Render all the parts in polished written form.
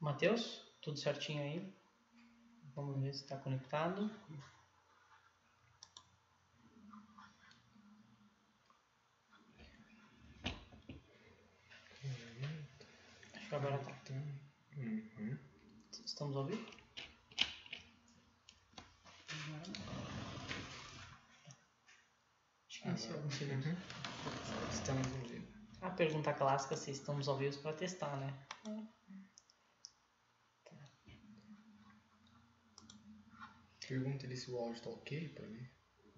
Matheus, tudo certinho aí? Vamos ver se está conectado. Acho que agora tá. Estamos ao vivo? Acho que iniciou alguns segundos. Estamos ao vivo. A pergunta clássica se estamos ao vivo para testar, né? Pergunta ele se o áudio tá ok para mim.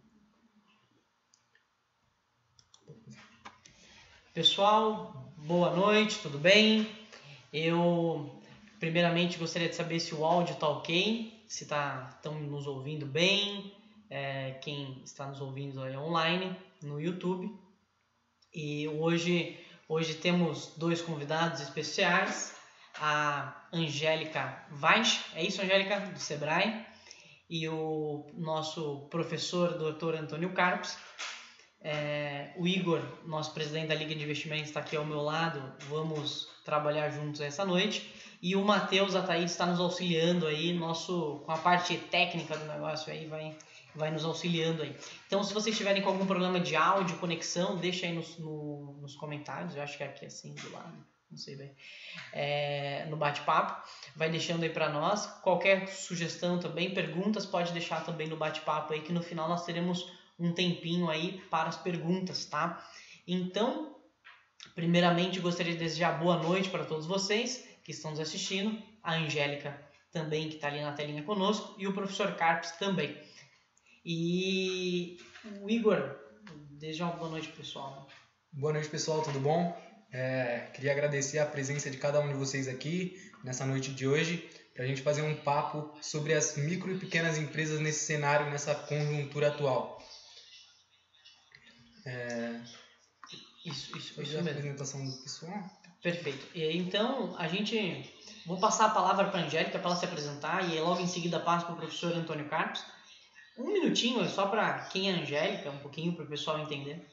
Pessoal, boa noite, tudo bem? Eu primeiramente gostaria de saber se o áudio tá ok, se estão nos ouvindo bem, quem está nos ouvindo aí online no YouTube. E hoje temos dois convidados especiais, a Angélica Weich, é isso, Angélica, do Sebrae, e o nosso professor, Dr. Antônio Carpes. O Igor, nosso presidente da Liga de Investimentos, está aqui ao meu lado, vamos trabalhar juntos essa noite. E o Matheus, a Thaís, está nos auxiliando aí, com a parte técnica do negócio aí, vai nos auxiliando aí. Então, se vocês tiverem com algum problema de áudio, conexão, deixa aí nos comentários, eu acho que é aqui assim do lado, não sei bem, no bate-papo, vai deixando aí para nós. Qualquer sugestão também, perguntas, pode deixar também no bate-papo aí, que no final nós teremos um tempinho aí para as perguntas, tá? Então, primeiramente, gostaria de desejar boa noite para todos vocês que estão nos assistindo, a Angélica também, que está ali na telinha conosco, e o professor Carpes também. E o Igor, desejar uma boa noite, pessoal. Boa noite, pessoal, tudo bom? Queria agradecer a presença de cada um de vocês aqui nessa noite de hoje, para a gente fazer um papo sobre as micro e pequenas empresas nesse cenário, nessa conjuntura atual. Isso Fazer a mesmo. apresentação do pessoal. Perfeito. Então, vou passar a palavra para a Angélica para ela se apresentar e logo em seguida passo para o professor Antônio Carpes. Um minutinho só para quem é a Angélica, um pouquinho para o pessoal entender.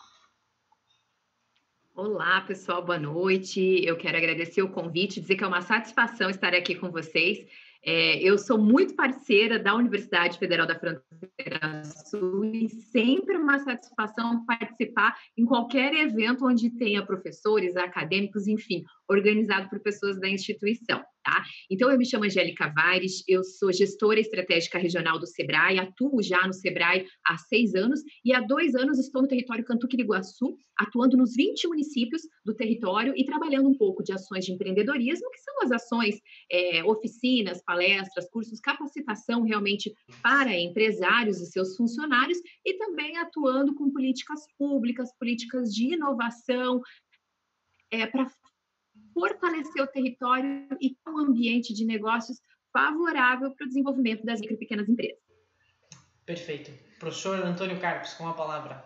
Olá, pessoal, boa noite. Eu quero agradecer o convite, dizer que é uma satisfação estar aqui com vocês. Eu sou muito parceira da Universidade Federal da Fronteira Sul e sempre uma satisfação participar em qualquer evento onde tenha professores, acadêmicos, enfim, organizado por pessoas da instituição, tá? Então, eu me chamo Angélica Vaires, eu sou gestora estratégica regional do Sebrae, atuo já no Sebrae há 6 anos e há 2 anos estou no território Cantuque do Iguaçu, atuando nos 20 municípios do território e trabalhando um pouco de ações de empreendedorismo, que são as ações, oficinas, palestras, cursos, capacitação realmente para empresários e seus funcionários, e também atuando com políticas públicas, políticas de inovação, para fortalecer o território e um ambiente de negócios favorável para o desenvolvimento das micro e pequenas empresas. Perfeito. Professor Antônio Carpes, com a palavra.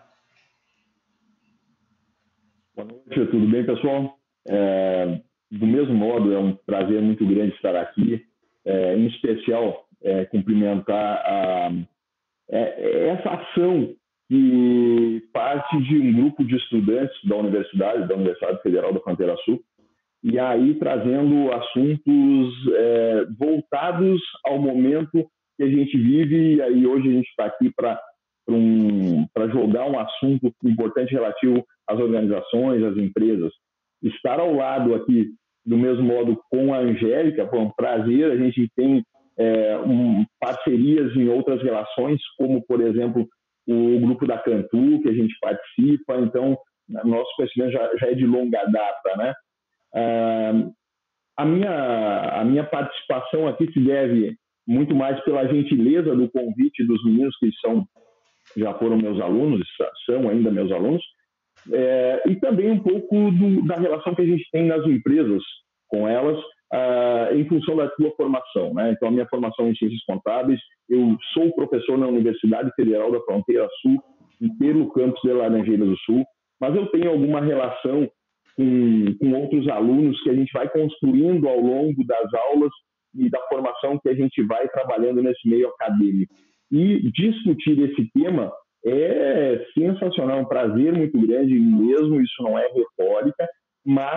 Boa noite, tudo bem, pessoal? Do mesmo modo, é um prazer muito grande estar aqui, em especial cumprimentar essa ação que parte de um grupo de estudantes da Universidade Federal da Fronteira Sul, e aí trazendo assuntos voltados ao momento que a gente vive, e aí hoje a gente está aqui para jogar um assunto importante relativo às organizações, às empresas. Estar ao lado aqui, do mesmo modo, com a Angélica, foi um prazer. A gente tem parcerias em outras relações, como, por exemplo, o grupo da Cantu, que a gente participa. Então, nosso conhecimento já é de longa data, né? A minha participação aqui se deve muito mais pela gentileza do convite dos meninos que já foram meus alunos, são ainda meus alunos, e também um pouco da relação que a gente tem nas empresas com elas, em função da sua formação, né? Então, a minha formação em Ciências Contábeis, eu sou professor na Universidade Federal da Fronteira Sul, pelo campus de Laranjeiras do Sul, mas eu tenho alguma relação com outros alunos que a gente vai construindo ao longo das aulas e da formação que a gente vai trabalhando nesse meio acadêmico. E discutir esse tema é sensacional, um prazer muito grande mesmo, isso não é retórica, mas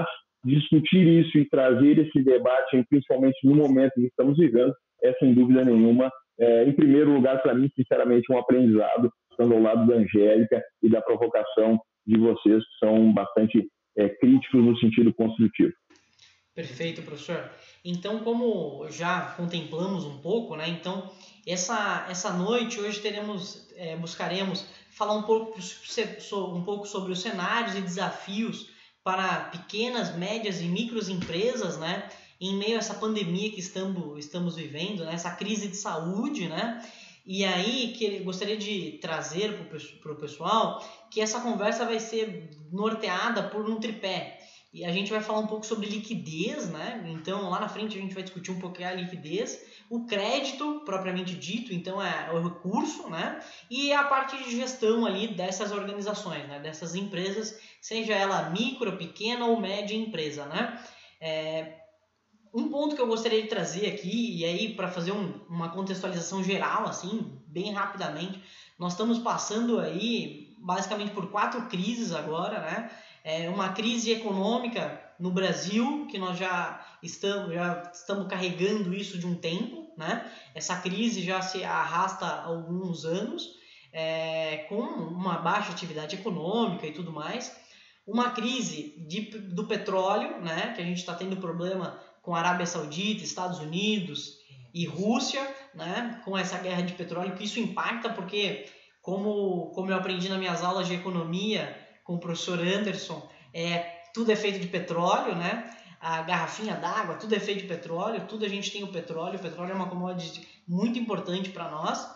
discutir isso e trazer esse debate, principalmente no momento que estamos vivendo, é sem dúvida nenhuma, em primeiro lugar, para mim, sinceramente, um aprendizado, estando ao lado da Angélica e da provocação de vocês, que são bastante críticos no sentido construtivo. Perfeito, professor. Então, como já contemplamos um pouco, né? Então, essa noite, hoje buscaremos falar um pouco sobre os cenários e desafios para pequenas, médias e microempresas, né? Em meio a essa pandemia que estamos vivendo, né? Essa crise de saúde, né? E aí, que eu gostaria de trazer para o pessoal que essa conversa vai ser norteada por um tripé. E a gente vai falar um pouco sobre liquidez, né? Então, lá na frente a gente vai discutir um pouco a liquidez, o crédito, propriamente dito, então é o recurso, né? E a parte de gestão ali dessas organizações, né? Dessas empresas, seja ela micro, pequena ou média empresa, né? Um ponto que eu gostaria de trazer aqui, e aí para fazer uma contextualização geral, assim, bem rapidamente, nós estamos passando aí basicamente por 4 crises agora, né? Uma crise econômica no Brasil, que nós já estamos carregando isso de um tempo, né? Essa crise já se arrasta há alguns anos, com uma baixa atividade econômica e tudo mais. Uma crise do petróleo, né? Que a gente está tendo problema com a Arábia Saudita, Estados Unidos e Rússia, né? Com essa guerra de petróleo, que isso impacta porque, como eu aprendi nas minhas aulas de economia, com o professor Anderson, tudo é feito de petróleo, né? A garrafinha d'água, tudo é feito de petróleo, tudo a gente tem o petróleo é uma commodity muito importante para nós.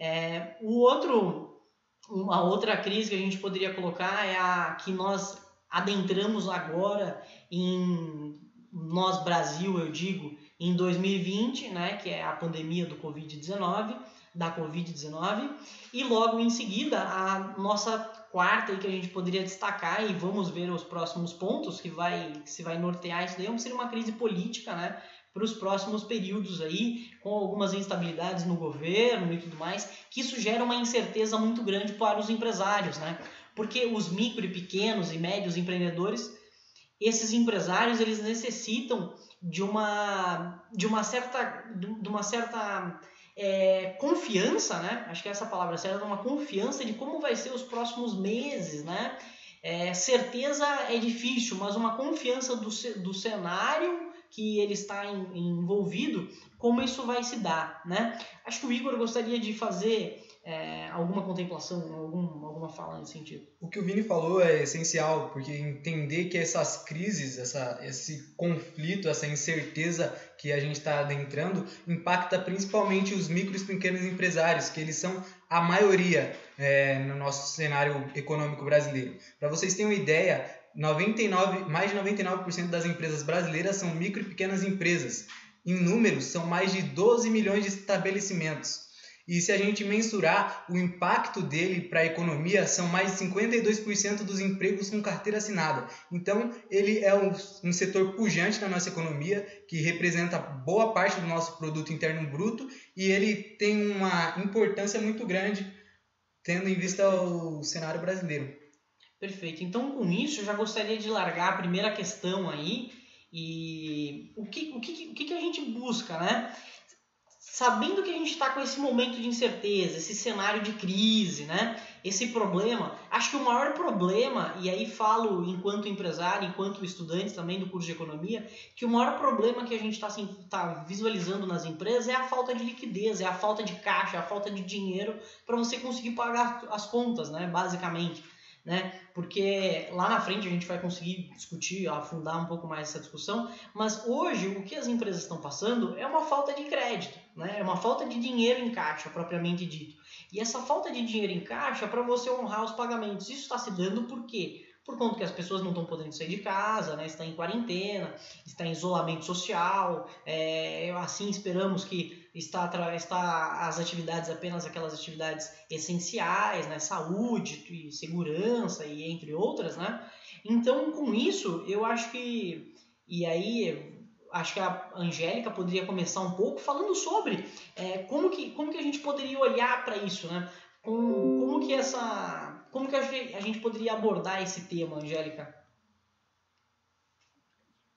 Uma outra crise que a gente poderia colocar é a que nós adentramos agora nós Brasil, eu digo, em 2020, né? Que é a pandemia da Covid-19, e logo em seguida a nossa quarta aí que a gente poderia destacar, e vamos ver os próximos pontos que se vai nortear isso daí, seria uma crise política, né, para os próximos períodos aí, com algumas instabilidades no governo e tudo mais, que isso gera uma incerteza muito grande para os empresários, né, porque os micro e pequenos e médios empreendedores, esses empresários, eles necessitam de uma certa confiança, né? Acho que essa palavra certa, uma confiança de como vai ser os próximos meses, né? Certeza é difícil, mas uma confiança do cenário que ele está envolvido, como isso vai se dar, né? Acho que o Igor gostaria de fazer alguma contemplação, alguma fala nesse sentido. O que o Vini falou é essencial, porque entender que essas crises, esse conflito, essa incerteza que a gente está adentrando, impacta principalmente os micros e pequenos empresários, que eles são a maioria no nosso cenário econômico brasileiro. Para vocês terem uma ideia, mais de 99% das empresas brasileiras são micro e pequenas empresas. Em números, são mais de 12 milhões de estabelecimentos. E se a gente mensurar o impacto dele para a economia, são mais de 52% dos empregos com carteira assinada. Então, ele é um setor pujante na nossa economia, que representa boa parte do nosso produto interno bruto, e ele tem uma importância muito grande, tendo em vista o cenário brasileiro. Perfeito. Então, com isso, eu já gostaria de largar a primeira questão aí, e o que a gente busca, né? Sabendo que a gente está com esse momento de incerteza, esse cenário de crise, né? Esse problema, acho que o maior problema, e aí falo enquanto empresário, enquanto estudante também do curso de economia, que o maior problema que a gente tá visualizando nas empresas é a falta de liquidez, é a falta de caixa, é a falta de dinheiro para você conseguir pagar as contas, né? Basicamente. Né? Porque lá na frente a gente vai conseguir discutir, afundar um pouco mais essa discussão, mas hoje o que as empresas estão passando é uma falta de crédito, né? É uma falta de dinheiro em caixa, propriamente dito. E essa falta de dinheiro em caixa é para você honrar os pagamentos. Isso está se dando por quê? Por conta que as pessoas não estão podendo sair de casa, né? Está em quarentena, está em isolamento social, assim esperamos que está as atividades, apenas aquelas atividades essenciais, né? Saúde e segurança e entre outras, né? Então, com isso, eu acho que, e aí acho que a Angélica poderia começar um pouco falando sobre como que a gente poderia olhar para isso, né? Como que a gente poderia abordar esse tema, Angélica?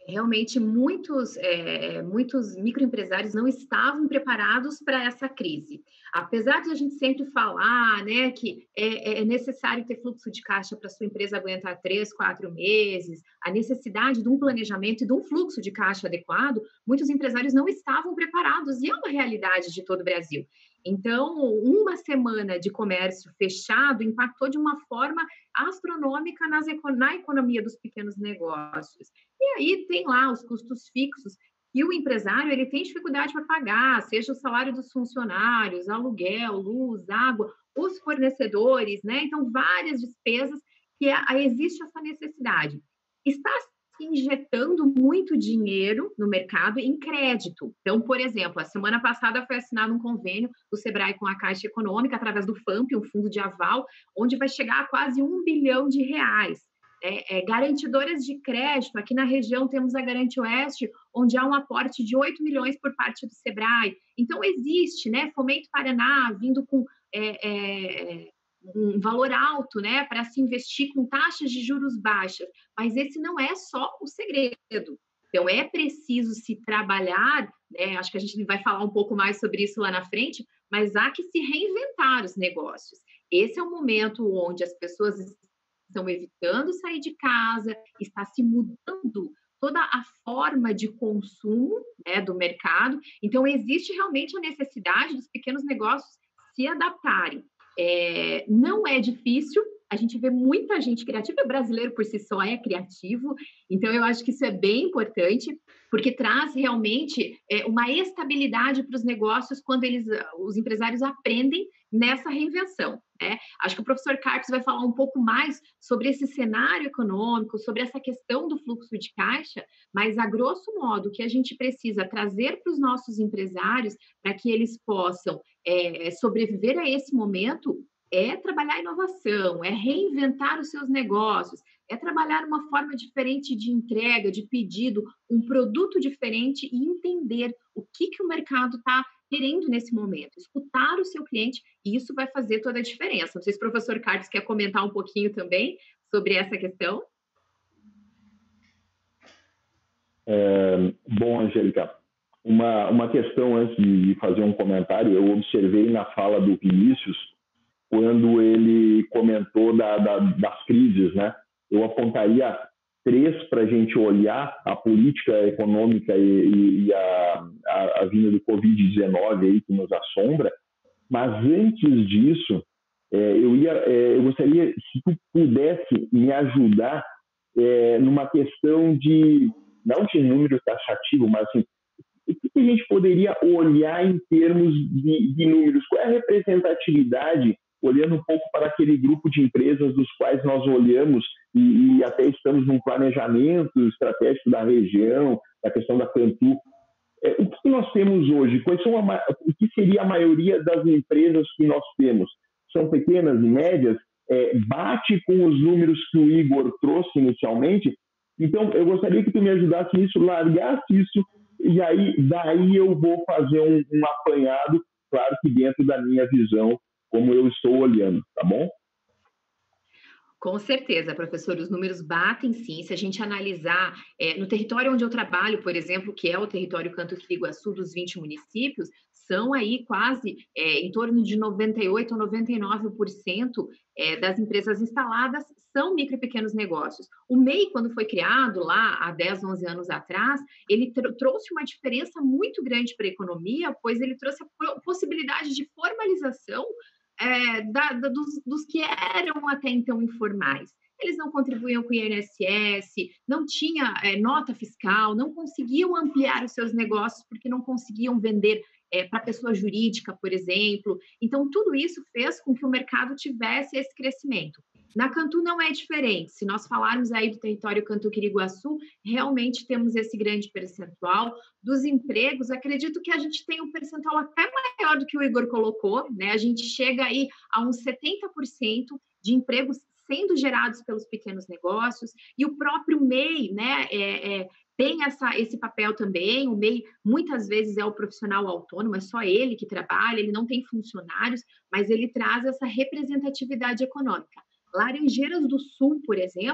realmente muitos microempresários não estavam preparados para essa crise. Apesar de a gente sempre falar, né, que é necessário ter fluxo de caixa para a sua empresa aguentar 3, 4 meses, a necessidade de um planejamento e de um fluxo de caixa adequado, muitos empresários não estavam preparados, e é uma realidade de todo o Brasil. Então, uma semana de comércio fechado impactou de uma forma astronômica na economia dos pequenos negócios. E aí tem lá os custos fixos que o empresário ele tem dificuldade para pagar, seja o salário dos funcionários, aluguel, luz, água, os fornecedores, né? Então, várias despesas que existe essa necessidade. Está se injetando muito dinheiro no mercado em crédito. Então, por exemplo, a semana passada foi assinado um convênio do Sebrae com a Caixa Econômica, através do FAMP, um fundo de aval, onde vai chegar a quase R$1 bilhão. Garantidoras de crédito, aqui na região temos a Garante Oeste, onde há um aporte de 8 milhões por parte do Sebrae. Então, existe, né, Fomento Paraná vindo com um valor alto, né, para se investir com taxas de juros baixas, mas esse não é só o segredo. Então, é preciso se trabalhar, né, acho que a gente vai falar um pouco mais sobre isso lá na frente, mas há que se reinventar os negócios. Esse é o momento onde as pessoas estão evitando sair de casa, está se mudando toda a forma de consumo, né, do mercado. Então, existe realmente a necessidade dos pequenos negócios se adaptarem. Não é difícil, a gente vê muita gente criativa, o brasileiro por si só é criativo, então eu acho que isso é bem importante, porque traz realmente uma estabilidade para os negócios quando os empresários aprendem nessa reinvenção, né? Acho que o professor Carpes vai falar um pouco mais sobre esse cenário econômico, sobre essa questão do fluxo de caixa, mas, a grosso modo, o que a gente precisa trazer para os nossos empresários para que eles possam sobreviver a esse momento é trabalhar a inovação, é reinventar os seus negócios, é trabalhar uma forma diferente de entrega, de pedido, um produto diferente e entender o que o mercado está querendo nesse momento, escutar o seu cliente, e isso vai fazer toda a diferença. Não sei se o professor Carlos quer comentar um pouquinho também sobre essa questão. Bom, Angélica, uma questão antes de fazer um comentário, eu observei na fala do Vinícius, quando ele comentou das crises, né? Eu apontaria 3 para a gente olhar a política econômica e a vinda do Covid-19 aí que nos assombra, mas antes disso, eu gostaria, se tu pudesse me ajudar numa questão não de número taxativo, mas assim, o que a gente poderia olhar em termos de números? Qual é a representatividade, olhando um pouco para aquele grupo de empresas dos quais nós olhamos e até estamos num planejamento estratégico da região, da questão da Cantu. O que nós temos hoje? O que seria a maioria das empresas que nós temos? São pequenas e médias? Bate com os números que o Igor trouxe inicialmente? Então, eu gostaria que tu me ajudasse nisso, largasse isso, e daí eu vou fazer um apanhado, claro que dentro da minha visão, como eu estou olhando, tá bom? Com certeza, professor, os números batem sim. Se a gente analisar no território onde eu trabalho, por exemplo, que é o território Canto Quiriguaçu, dos 20 municípios, são aí quase em torno de 98% ou 99% das empresas instaladas são micro e pequenos negócios. O MEI, quando foi criado lá há 10, 11 anos atrás, ele trouxe uma diferença muito grande para a economia, pois ele trouxe a possibilidade de formalização dos que eram até então informais. Eles não contribuíam com o INSS, não tinha nota fiscal, não conseguiam ampliar os seus negócios porque não conseguiam vender para pessoa jurídica, por exemplo. Então, tudo isso fez com que o mercado tivesse esse crescimento. Na Cantu não é diferente. Se nós falarmos aí do território Cantu Quiriguaçu, realmente temos esse grande percentual dos empregos. Acredito que a gente tem um percentual até maior do que o Igor colocou, né? A gente chega aí a uns 70% de empregos sendo gerados pelos pequenos negócios, e o próprio MEI, né, tem esse papel também. O MEI muitas vezes é o profissional autônomo, é só ele que trabalha, ele não tem funcionários, mas ele traz essa representatividade econômica. Laranjeiras do Sul, por exemplo,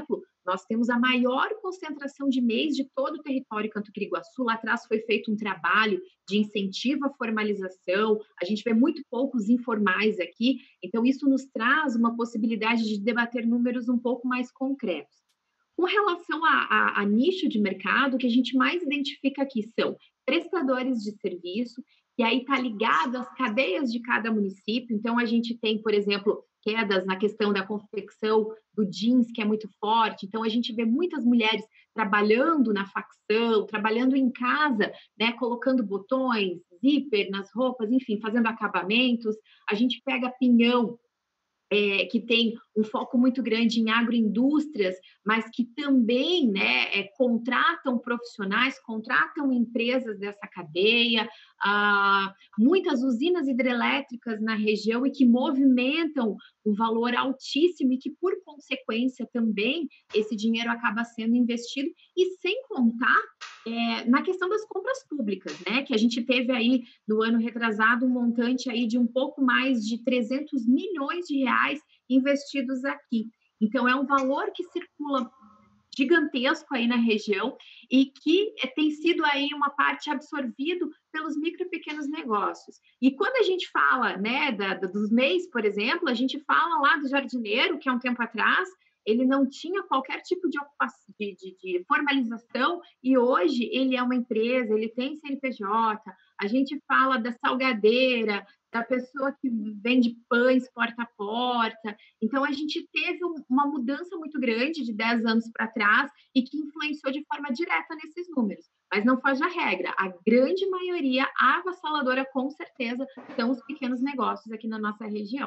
nós temos a maior concentração de MEIs de todo o território Canto-Quiriguaçu. Lá atrás foi feito um trabalho de incentivo à formalização, a gente vê muito poucos informais aqui, então isso nos traz uma possibilidade de debater números um pouco mais concretos. Com relação a nicho de mercado, o que a gente mais identifica aqui são prestadores de serviço, e aí está ligado às cadeias de cada município. Então, a gente tem, por exemplo, quedas na questão da confecção do jeans, que é muito forte. Então, a gente vê muitas mulheres trabalhando na facção, trabalhando em casa, né, colocando botões, zíper nas roupas, enfim, fazendo acabamentos. A gente pega pinhão, que tem um foco muito grande em agroindústrias, mas que também, né, contratam profissionais, contratam empresas dessa cadeia, muitas usinas hidrelétricas na região e que movimentam um valor altíssimo e que, por consequência, também esse dinheiro acaba sendo investido, e sem contar na questão das compras públicas, né, que a gente teve aí no ano retrasado um montante aí de um pouco mais de 300 milhões de reais investidos aqui. Então, é um valor que circula gigantesco aí na região e que tem sido aí uma parte absorvido pelos micro e pequenos negócios. E quando a gente fala, né, dos MEIs, por exemplo, a gente fala lá do jardineiro, que há um tempo atrás ele não tinha qualquer tipo de ocupação, de formalização, e hoje ele é uma empresa, ele tem CNPJ. A gente fala da salgadeira, da pessoa que vende pães porta a porta. Então, a gente teve uma mudança muito grande de 10 anos para trás e que influenciou de forma direta nesses números. Mas não foge a regra. A grande maioria, a avassaladora, com certeza, são os pequenos negócios aqui na nossa região.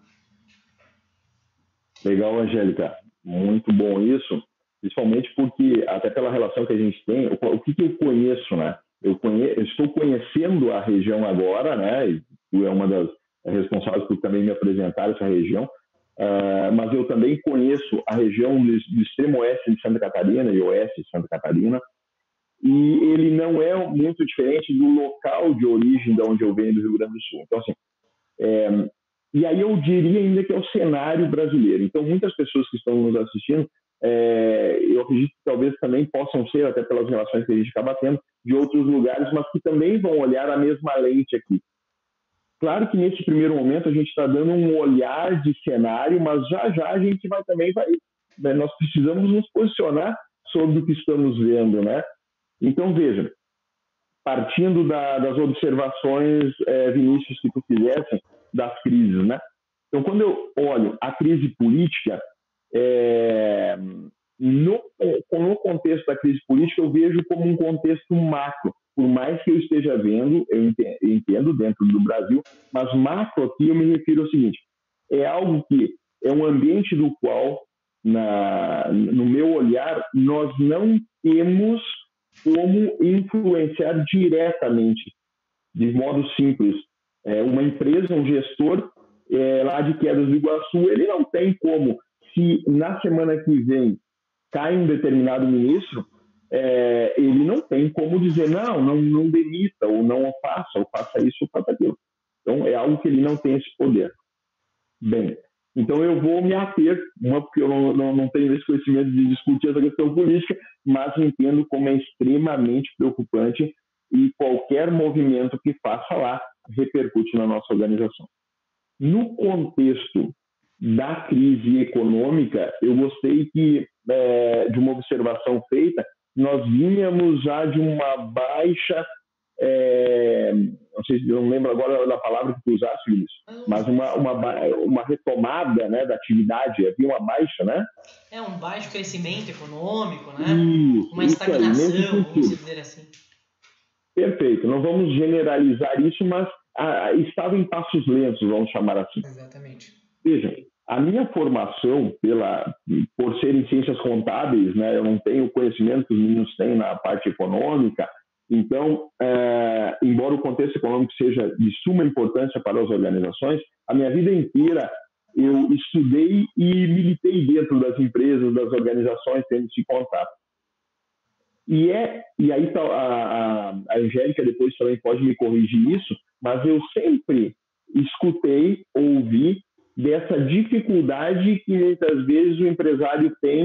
Legal, Angélica. Muito bom isso, principalmente porque, até pela relação que a gente tem, o que eu conheço, né? Eu estou conhecendo a região agora, né? E tu é uma das responsáveis por também me apresentar essa região, mas eu também conheço a região do extremo oeste de Santa Catarina e oeste de Santa Catarina, e ele não é muito diferente do local de origem de onde eu venho, do Rio Grande do Sul. Então, assim, e aí eu diria ainda que é o cenário brasileiro. Então, muitas pessoas que estão nos assistindo, eu acredito que talvez também possam ser, até pelas relações que a gente acaba tendo, de outros lugares, mas que também vão olhar a mesma lente aqui. Claro que nesse primeiro momento a gente está dando um olhar de cenário, mas já já a gente vai, né, nós precisamos nos posicionar sobre o que estamos vendo, né? Então, veja, partindo das observações, Vinícius, que tu fizesse, das crises, né? Então, quando eu olho a crise política, no contexto da crise política, eu vejo como um contexto macro. Por mais que eu esteja vendo, eu entendo dentro do Brasil, mas macro aqui eu me refiro ao seguinte: é algo que é um ambiente do qual, no meu olhar, nós não temos como influenciar diretamente, de modo simples. Uma empresa, um gestor lá de Quedas do Iguaçu, ele não tem como, se na semana que vem cai um determinado ministro, ele não tem como dizer não demita, ou não faça, ou faça isso, ou faça aquilo. Então, é algo que ele não tem esse poder. Bem, então eu vou me ater, porque eu não tenho esse conhecimento de discutir essa questão política, mas entendo como é extremamente preocupante e qualquer movimento que faça lá repercute na nossa organização. No contexto da crise econômica, eu gostei de uma observação feita, nós vínhamos já de uma baixa, não lembro agora da palavra que tu usaste, Luiz, mas uma retomada, né, da atividade, havia uma baixa, né? Um baixo crescimento econômico, né? Isso, uma estagnação, vamos dizer assim. Perfeito, não vamos generalizar isso, mas estava em passos lentos, vamos chamar assim. Exatamente. Vejam, a minha formação, por ser em ciências contábeis, né, eu não tenho o conhecimento que os meninos têm na parte econômica, então, embora o contexto econômico seja de suma importância para as organizações, a minha vida inteira eu estudei e militei dentro das empresas, das organizações, tendo esse contato. E aí a Angélica depois também pode me corrigir isso, mas eu sempre escutei, ouvi dessa dificuldade que muitas vezes o empresário tem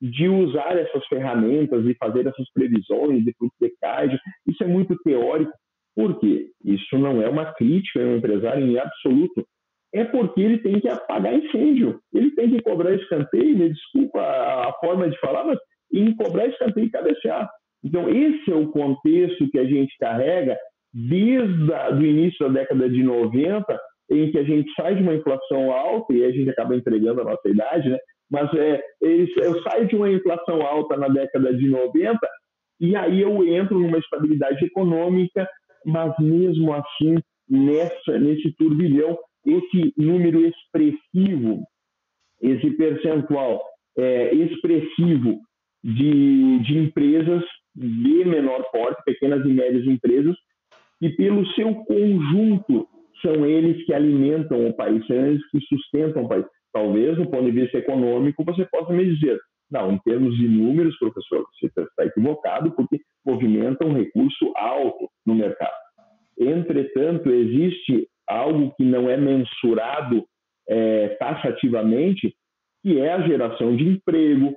de usar essas ferramentas, de fazer essas previsões de fluxo de caixa. Isso é muito teórico. Por quê? Isso não é uma crítica ao empresário em absoluto. É porque ele tem que apagar incêndio. Ele tem que cobrar escanteio, me desculpa a forma de falar, mas em cobrar escanteio e cabecear. Então, esse é o contexto que a gente carrega desde o início da década de 90, em que a gente sai de uma inflação alta, e a gente acaba entregando a nossa idade, né? Mas eu saio de uma inflação alta na década de 90, e aí eu entro numa estabilidade econômica, mas mesmo assim, nesse turbilhão, esse número expressivo, esse percentual expressivo de empresas de menor porte, pequenas e médias empresas, que pelo seu conjunto são eles que alimentam o país, são eles que sustentam o país. Talvez, do ponto de vista econômico, você possa me dizer, não, em termos de números, professor, você está equivocado, porque movimenta um recurso alto no mercado. Entretanto, existe algo que não é mensurado taxativamente, que é a geração de emprego,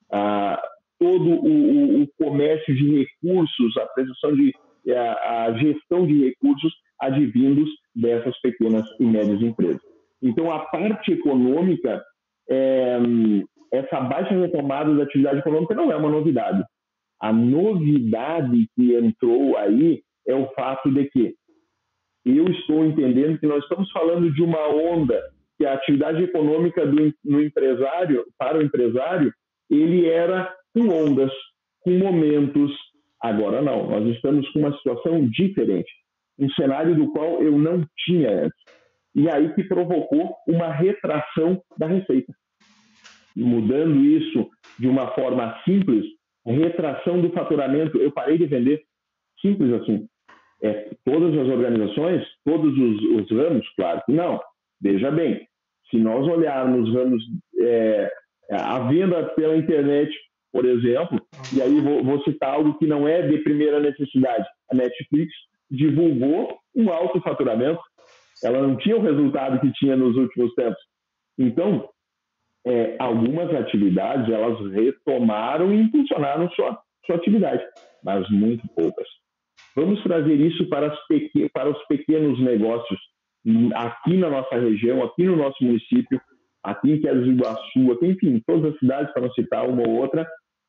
todo o comércio de recursos, a prestação a gestão de recursos advindos dessas pequenas e médias empresas. Então, a parte econômica, essa baixa retomada da atividade econômica não é uma novidade. A novidade que entrou aí é o fato de que eu estou entendendo que nós estamos falando de uma onda que a atividade econômica para o empresário, ele era com ondas, com momentos. Agora não, nós estamos com uma situação diferente, um cenário do qual eu não tinha antes. E aí que provocou uma retração da receita. Mudando isso de uma forma simples, retração do faturamento, eu parei de vender, simples assim. Todas as organizações, todos os ramos, claro que não. Veja bem, se nós olharmos ramos, a venda pela internet, por exemplo, e aí vou citar algo que não é de primeira necessidade. A Netflix divulgou um alto faturamento, ela não tinha o resultado que tinha nos últimos tempos. Então, algumas atividades, elas retomaram e impulsionaram sua atividade, mas muito poucas. Vamos trazer isso para os pequenos negócios aqui na nossa região, aqui no nosso município, aqui em Quezos do Iguaçu, aqui, enfim, todas as cidades, para não citar uma ou outra.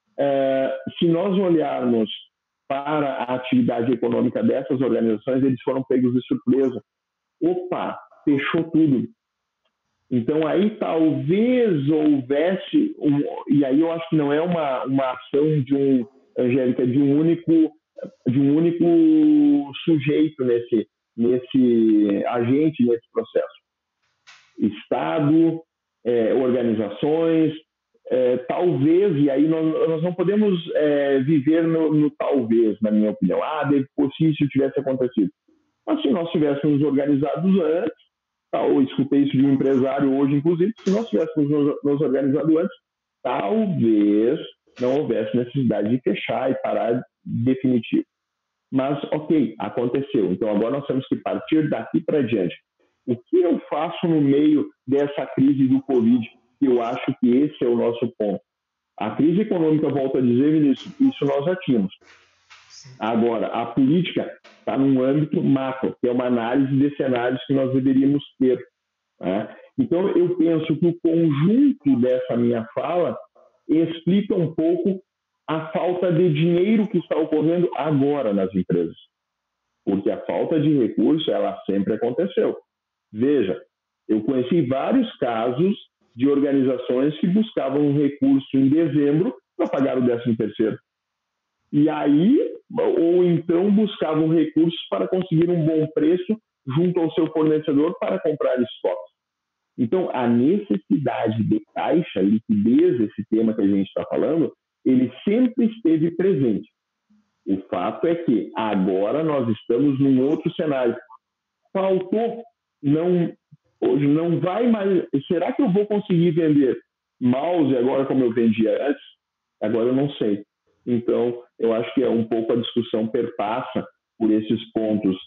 Se nós olharmos para a atividade econômica dessas organizações, eles foram pegos de surpresa. Opa, fechou tudo. Então, aí talvez houvesse, e aí eu acho que não é uma ação Angélica, de um único sujeito nesse agente, nesse processo. Estado, organizações, talvez, e aí nós não podemos viver no talvez, na minha opinião. Depois se isso tivesse acontecido. Mas se nós tivéssemos organizados antes, eu escutei isso de um empresário hoje, inclusive, se nós tivéssemos nos organizado antes, talvez não houvesse necessidade de fechar e parar definitivo. Mas, ok, aconteceu. Então, agora nós temos que partir daqui para diante. O que eu faço no meio dessa crise do Covid? Eu acho que esse é o nosso ponto. A crise econômica, volto a dizer, Vinícius, isso nós já tínhamos. Agora, a política está num âmbito macro, que é uma análise de cenários que nós deveríamos ter. Né? Então, eu penso que o conjunto dessa minha fala explica um pouco a falta de dinheiro que está ocorrendo agora nas empresas. Porque a falta de recurso, ela sempre aconteceu. Veja, eu conheci vários casos de organizações que buscavam um recurso em dezembro para pagar o 13º. E aí, ou então buscavam recursos para conseguir um bom preço junto ao seu fornecedor para comprar estoques. Então, a necessidade de caixa, liquidez, esse tema que a gente está falando, ele sempre esteve presente. O fato é que agora nós estamos num outro cenário. Faltou, hoje não vai mais. Será que eu vou conseguir vender mouse agora como eu vendia antes? Agora eu não sei. Então, eu acho que um pouco a discussão perpassa por esses pontos,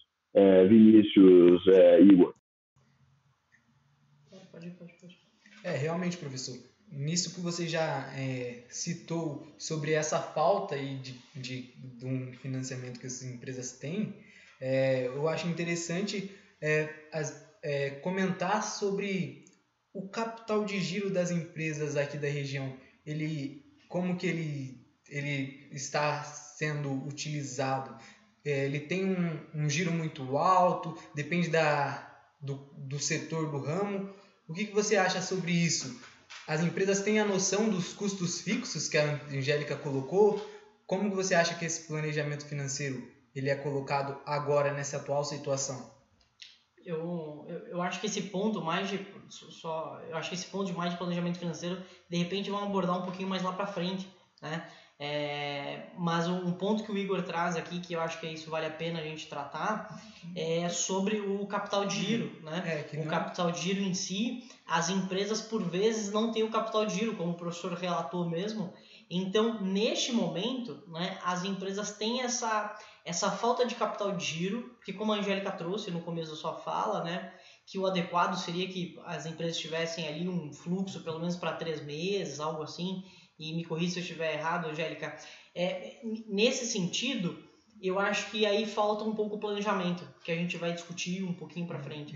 Vinícius, Igor. Realmente, professor. nisso que você já citou sobre essa falta aí de um financiamento que as empresas têm, eu acho interessante comentar sobre o capital de giro das empresas aqui da região. Como que ele está sendo utilizado? Ele tem um giro muito alto, depende do setor do ramo. O que você acha sobre isso? As empresas têm a noção dos custos fixos que a Angélica colocou? Como você acha que esse planejamento financeiro ele é colocado agora nessa atual situação? Eu acho que esse ponto mais de mais de planejamento financeiro, de repente vamos abordar um pouquinho mais lá para frente, né? Mas um ponto que o Igor traz aqui, que eu acho que isso vale a pena a gente tratar, é sobre o capital de giro, né? Capital de giro em si, as empresas por vezes não têm o capital de giro, como o professor relatou mesmo. Então, neste momento, né, as empresas têm essa falta de capital de giro, porque como a Angélica trouxe no começo da sua fala, né, que o adequado seria que as empresas tivessem ali um fluxo pelo menos para 3 meses, algo assim, e me corrija se eu estiver errado, Angélica. Nesse sentido, eu acho que aí falta um pouco o planejamento, que a gente vai discutir um pouquinho para frente.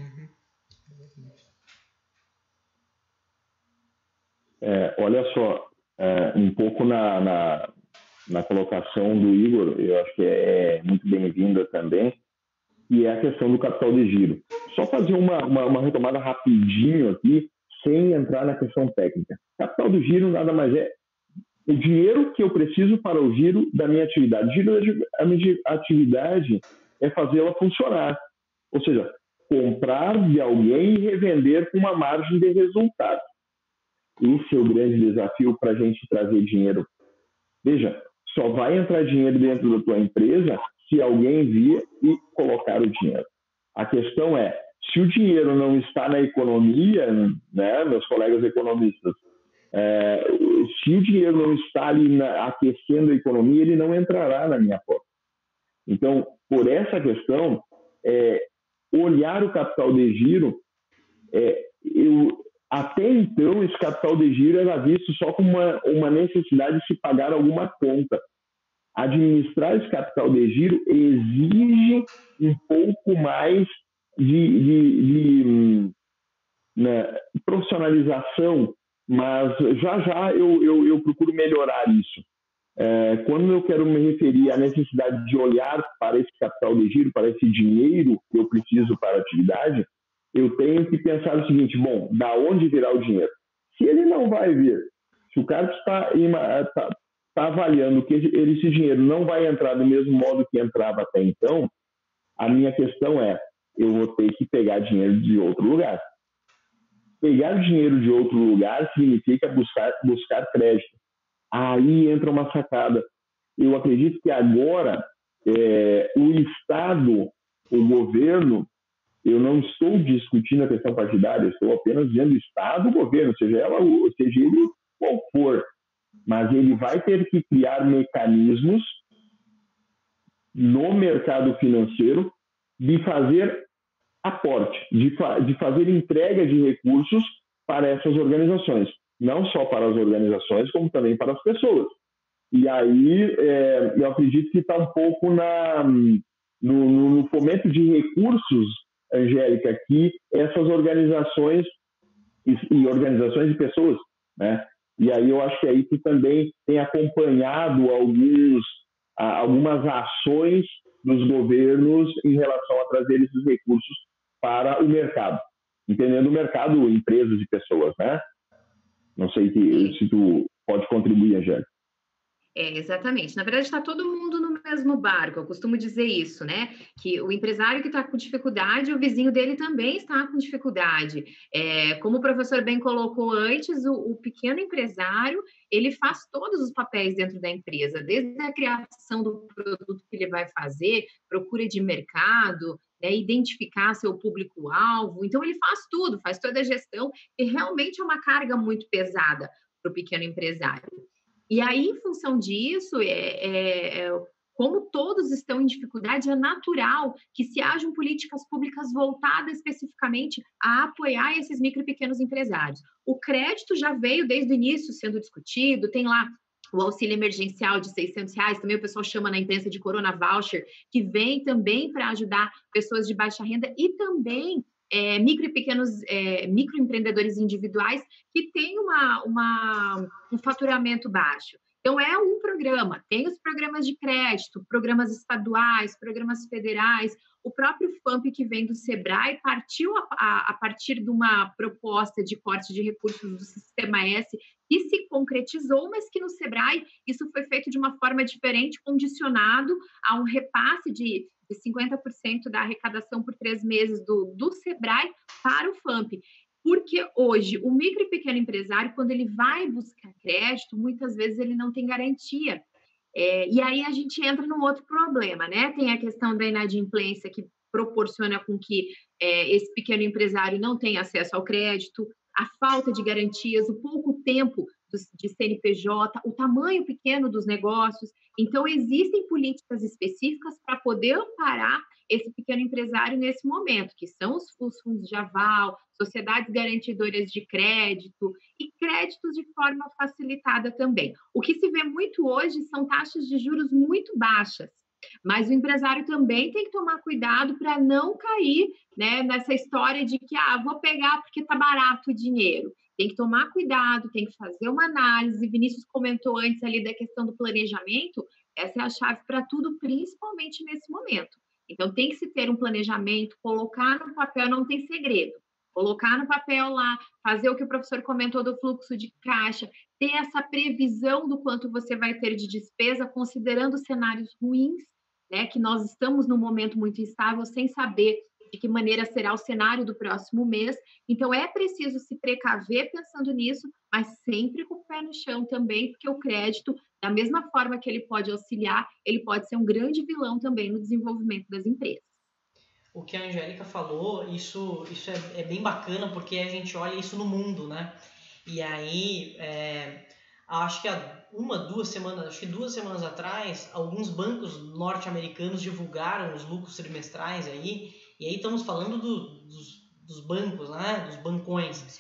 Olha só, um pouco na colocação do Igor, eu acho que é muito bem-vinda também, e é a questão do capital de giro. Só fazer uma retomada rapidinho aqui, sem entrar na questão técnica. Capital de giro nada mais é o dinheiro que eu preciso para o giro da minha atividade. O giro da minha atividade é fazê-la funcionar. Ou seja, comprar de alguém e revender com uma margem de resultado. Esse é o grande desafio para a gente trazer dinheiro. Veja, só vai entrar dinheiro dentro da tua empresa se alguém vir e colocar o dinheiro. A questão é, se o dinheiro não está na economia, né, meus colegas economistas, se o dinheiro não está ali aquecendo a economia, ele não entrará na minha porta. Então, por essa questão, olhar o capital de giro, até então, esse capital de giro era visto só como uma necessidade de se pagar alguma conta. Administrar esse capital de giro exige um pouco mais de profissionalização, mas já eu procuro melhorar isso. Quando eu quero me referir à necessidade de olhar para esse capital de giro, para esse dinheiro que eu preciso para a atividade, eu tenho que pensar o seguinte: bom, da onde virá o dinheiro? Se ele não vai vir, se o cara está avaliando que esse dinheiro não vai entrar do mesmo modo que entrava até então, a minha questão é, eu vou ter que pegar dinheiro de outro lugar. Pegar dinheiro de outro lugar significa buscar crédito. Aí entra uma sacada. Eu acredito que agora o Estado, o governo, eu não estou discutindo a questão partidária, estou apenas dizendo Estado, governo, seja ele qual for, mas ele vai ter que criar mecanismos no mercado financeiro de fazer aporte, de fazer entrega de recursos para essas organizações, não só para as organizações, como também para as pessoas. E aí eu acredito que está um pouco no fomento de recursos, Angélica, que essas organizações e organizações de pessoas, né? E aí eu acho que aí tu também tem acompanhado algumas ações dos governos em relação a trazer esses recursos para o mercado, entendendo o mercado, empresas e pessoas, né? Não sei se tu pode contribuir, Angélica. Exatamente. Na verdade, está todo mundo no mesmo barco. Eu costumo dizer isso, né? Que o empresário que está com dificuldade, o vizinho dele também está com dificuldade. Como o professor bem colocou antes, o pequeno empresário, ele faz todos os papéis dentro da empresa, desde a criação do produto que ele vai fazer, procura de mercado, identificar seu público-alvo. Então, ele faz tudo, faz toda a gestão, e realmente é uma carga muito pesada para o pequeno empresário. E aí, em função disso, como todos estão em dificuldade, é natural que se hajam políticas públicas voltadas especificamente a apoiar esses micro e pequenos empresários. O crédito já veio desde o início sendo discutido, tem lá o auxílio emergencial de R$600, também o pessoal chama na imprensa de Corona Voucher, que vem também para ajudar pessoas de baixa renda e também micro e pequenos microempreendedores individuais que têm um faturamento baixo. Então, é um programa. Tem os programas de crédito, programas estaduais, programas federais. O próprio FAMP, que vem do SEBRAE, partiu a partir de uma proposta de corte de recursos do Sistema S, que se concretizou, mas que no SEBRAE isso foi feito de uma forma diferente, condicionado a um repasse de 50% da arrecadação por 3 meses do SEBRAE para o FAMP. Porque hoje, o micro e pequeno empresário, quando ele vai buscar crédito, muitas vezes ele não tem garantia. E aí a gente entra num outro problema, né? Tem a questão da inadimplência, que proporciona com que esse pequeno empresário não tenha acesso ao crédito, a falta de garantias, o pouco tempo de CNPJ, o tamanho pequeno dos negócios. Então, existem políticas específicas para poder amparar esse pequeno empresário nesse momento, que são os fundos de aval, sociedades garantidoras de crédito e créditos de forma facilitada também. O que se vê muito hoje são taxas de juros muito baixas, mas o empresário também tem que tomar cuidado para não cair, né, nessa história de que vou pegar porque está barato o dinheiro. Tem que tomar cuidado, tem que fazer uma análise. Vinícius comentou antes ali da questão do planejamento. Essa é a chave para tudo, principalmente nesse momento. Então, tem que se ter um planejamento, colocar no papel, não tem segredo. Colocar no papel lá, fazer o que o professor comentou do fluxo de caixa, ter essa previsão do quanto você vai ter de despesa, considerando cenários ruins, né, que nós estamos num momento muito instável, sem saber de que maneira será o cenário do próximo mês. Então, é preciso se precaver pensando nisso, mas sempre com o pé no chão também, porque o crédito, da mesma forma que ele pode auxiliar, ele pode ser um grande vilão também no desenvolvimento das empresas. O que a Angélica falou, isso é bem bacana, porque a gente olha isso no mundo, né? E aí, acho que duas semanas atrás, alguns bancos norte-americanos divulgaram os lucros trimestrais aí, e aí estamos falando dos bancos, né? Dos bancões,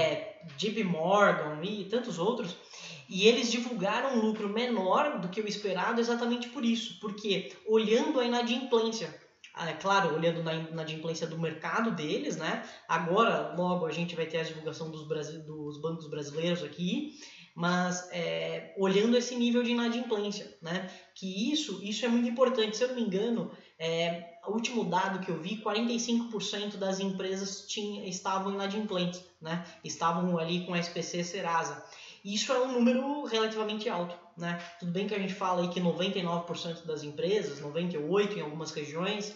JP Morgan e tantos outros, e eles divulgaram um lucro menor do que o esperado exatamente por isso, porque olhando a inadimplência, claro, olhando na inadimplência do mercado deles, né? Agora, logo, a gente vai ter a divulgação dos bancos brasileiros aqui, mas olhando esse nível de inadimplência, né? Que isso é muito importante. Se eu não me engano, o último dado que eu vi, 45% das empresas estavam inadimplentes, né? Estavam ali com SPC Serasa. Isso é um número relativamente alto, né? Tudo bem que a gente fala aí que 99% das empresas, 98% em algumas regiões,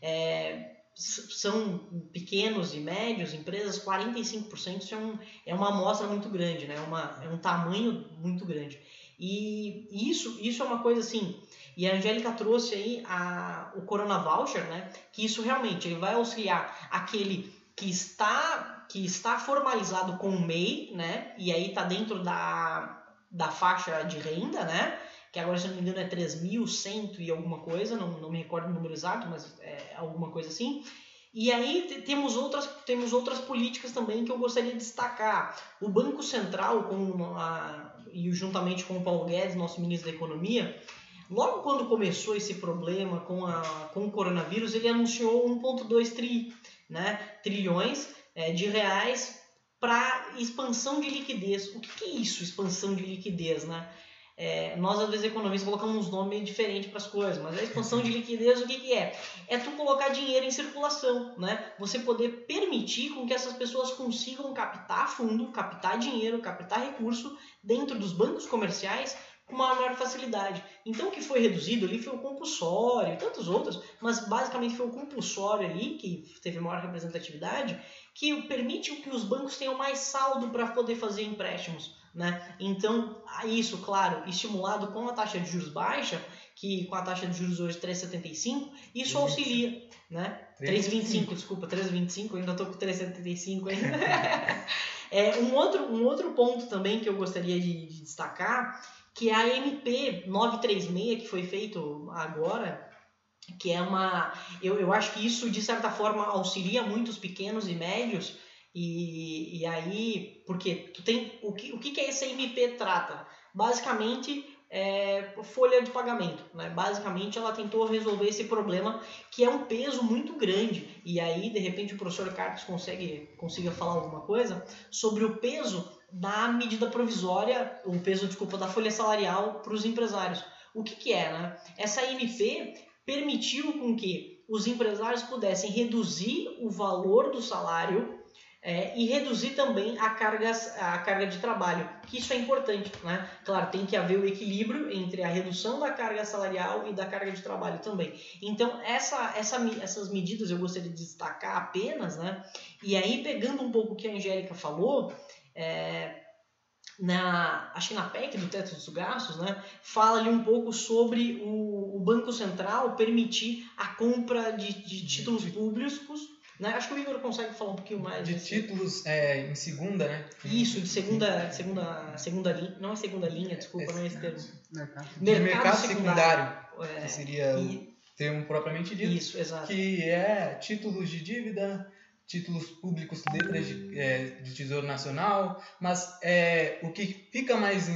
são pequenos e médios empresas, 45% é uma amostra muito grande, né? É um tamanho muito grande. E isso é uma coisa assim, e a Angélica trouxe aí o Corona Voucher, né? Que isso realmente ele vai auxiliar aquele que está formalizado com o MEI, né? E aí está dentro da faixa de renda, né? Que agora, se não me engano, é 3.100 e alguma coisa, não me recordo o número exato, mas é alguma coisa assim. E aí temos outras políticas também que eu gostaria de destacar. O Banco Central, e juntamente com o Paulo Guedes, nosso ministro da Economia, logo quando começou esse problema com o coronavírus, ele anunciou 1,2 trilhões de reais para expansão de liquidez. O que é isso, expansão de liquidez, né? Nós, às vezes, economistas, colocamos uns nomes meio diferentes para as coisas, mas a expansão de liquidez, o que é? É tu colocar dinheiro em circulação, né? Você poder permitir com que essas pessoas consigam captar fundo, captar dinheiro, captar recurso dentro dos bancos comerciais com uma maior facilidade. Então, o que foi reduzido ali foi o compulsório e tantos outros, mas basicamente foi o compulsório ali, que teve maior representatividade, que permite que os bancos tenham mais saldo para poder fazer empréstimos, né? Então, isso, claro, estimulado com a taxa de juros baixa, que com a taxa de juros hoje 3,75, isso auxilia, né? 3,25, desculpa, 3,25, eu ainda estou com 3,75 ainda. Um outro ponto também que eu gostaria de destacar, que é a MP 936, que foi feito agora, que é uma... Eu acho que isso, de certa forma, auxilia muito os pequenos e médios, e aí, porque tu tem... O que essa MP trata? Basicamente, folha de pagamento, né? Basicamente, ela tentou resolver esse problema, que é um peso muito grande, e aí, de repente, o professor Carlos consiga falar alguma coisa sobre o peso da medida provisória, o peso, desculpa, da folha salarial para os empresários. O que é, né? Essa MP permitiu com que os empresários pudessem reduzir o valor do salário e reduzir também a carga de trabalho, que isso é importante, né? Claro, tem que haver o equilíbrio entre a redução da carga salarial e da carga de trabalho também. Então, essas medidas eu gostaria de destacar apenas, né? E aí, pegando um pouco o que a Angélica falou, acho que na PEC do teto dos gastos, né, fala ali um pouco sobre o Banco Central permitir a compra de títulos públicos, né? Acho que o Igor consegue falar um pouquinho mais. De títulos em segunda, né? Isso, de segunda linha, não é segunda linha, desculpa, não é esse termo. Mercado secundário, que seria o termo propriamente dito. Isso, exato. Que é títulos de dívida, títulos públicos, letras de Tesouro Nacional, mas o que fica mais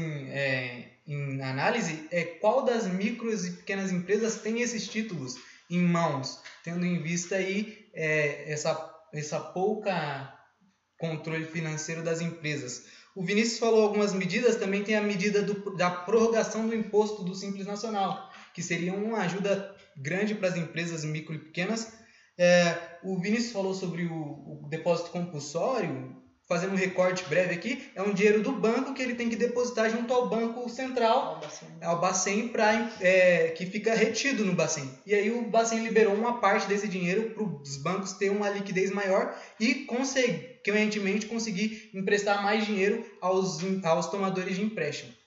em análise é qual das micros e pequenas empresas tem esses títulos em mãos, tendo em vista aí essa pouca controle financeiro das empresas. O Vinícius falou algumas medidas, também tem a medida da prorrogação do imposto do Simples Nacional, que seria uma ajuda grande para as empresas micro e pequenas. O Vinícius falou sobre o depósito compulsório. Fazendo um recorte breve aqui, é um dinheiro do banco que ele tem que depositar junto ao Banco Central, ao Bacen, que fica retido no Bacen. E aí o Bacen liberou uma parte desse dinheiro para os bancos terem uma liquidez maior e, consequentemente, conseguir emprestar mais dinheiro aos tomadores de empréstimo.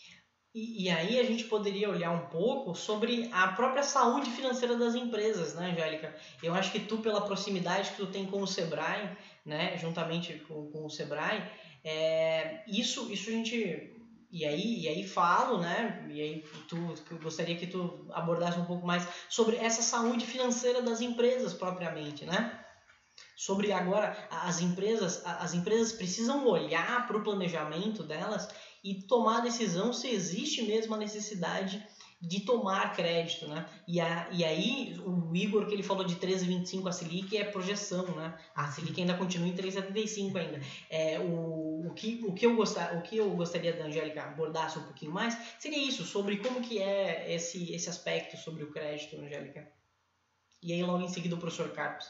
E aí a gente poderia olhar um pouco sobre a própria saúde financeira das empresas, né, Angélica? Eu acho que tu, pela proximidade que tu tem com o Sebrae, né, juntamente com o Sebrae, isso a gente... E aí falo, né, e aí eu gostaria que tu abordasse um pouco mais sobre essa saúde financeira das empresas propriamente, né? Sobre agora, as empresas precisam olhar para o planejamento delas e tomar a decisão se existe mesmo a necessidade de tomar crédito, né? E aí, o Igor, que ele falou de 13,25 a Selic, é projeção, né? A Selic ainda continua em 3,75 ainda. O que eu gostaria da Angélica abordasse um pouquinho mais seria isso, sobre como que é esse aspecto sobre o crédito, Angélica. E aí, logo em seguida, o professor Carlos.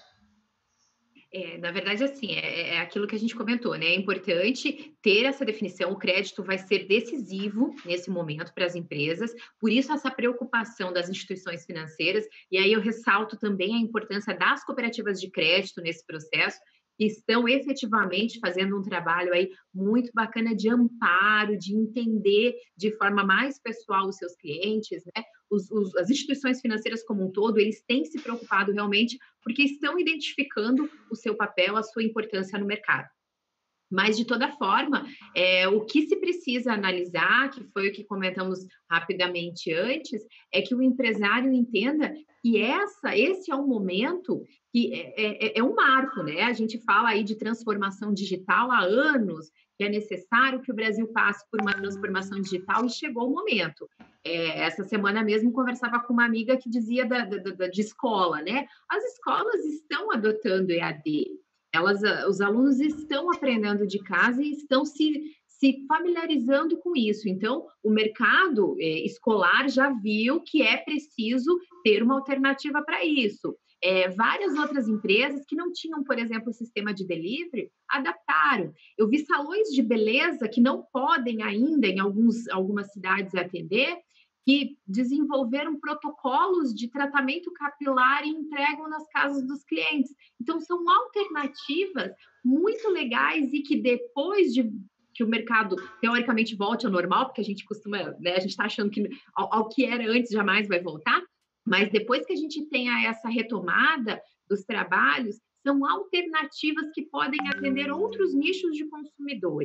Na verdade, assim, é aquilo que a gente comentou, né? É importante ter essa definição, o crédito vai ser decisivo nesse momento para as empresas, por isso essa preocupação das instituições financeiras, e aí eu ressalto também a importância das cooperativas de crédito nesse processo, que estão efetivamente fazendo um trabalho aí muito bacana de amparo, de entender de forma mais pessoal os seus clientes, né? As instituições financeiras como um todo, eles têm se preocupado realmente porque estão identificando o seu papel, a sua importância no mercado. Mas, de toda forma, o que se precisa analisar, que foi o que comentamos rapidamente antes, é que o empresário entenda que esse é um momento que é um marco, né? A gente fala aí de transformação digital há anos, que é necessário que o Brasil passe por uma transformação digital e chegou o momento. Essa semana mesmo conversava com uma amiga que dizia de escola, né? As escolas estão adotando EAD. Os alunos estão aprendendo de casa e estão se familiarizando com isso. Então, o mercado escolar já viu que é preciso ter uma alternativa para isso. Várias outras empresas que não tinham, por exemplo, o sistema de delivery, adaptaram. Eu vi salões de beleza que não podem ainda, em algumas cidades, atender, que desenvolveram protocolos de tratamento capilar e entregam nas casas dos clientes. Então, são alternativas muito legais e que depois de que o mercado, teoricamente, volte ao normal, porque a gente costuma, né, a gente está achando que ao que era antes jamais vai voltar, mas depois que a gente tenha essa retomada dos trabalhos, são alternativas que podem atender outros nichos de consumidores.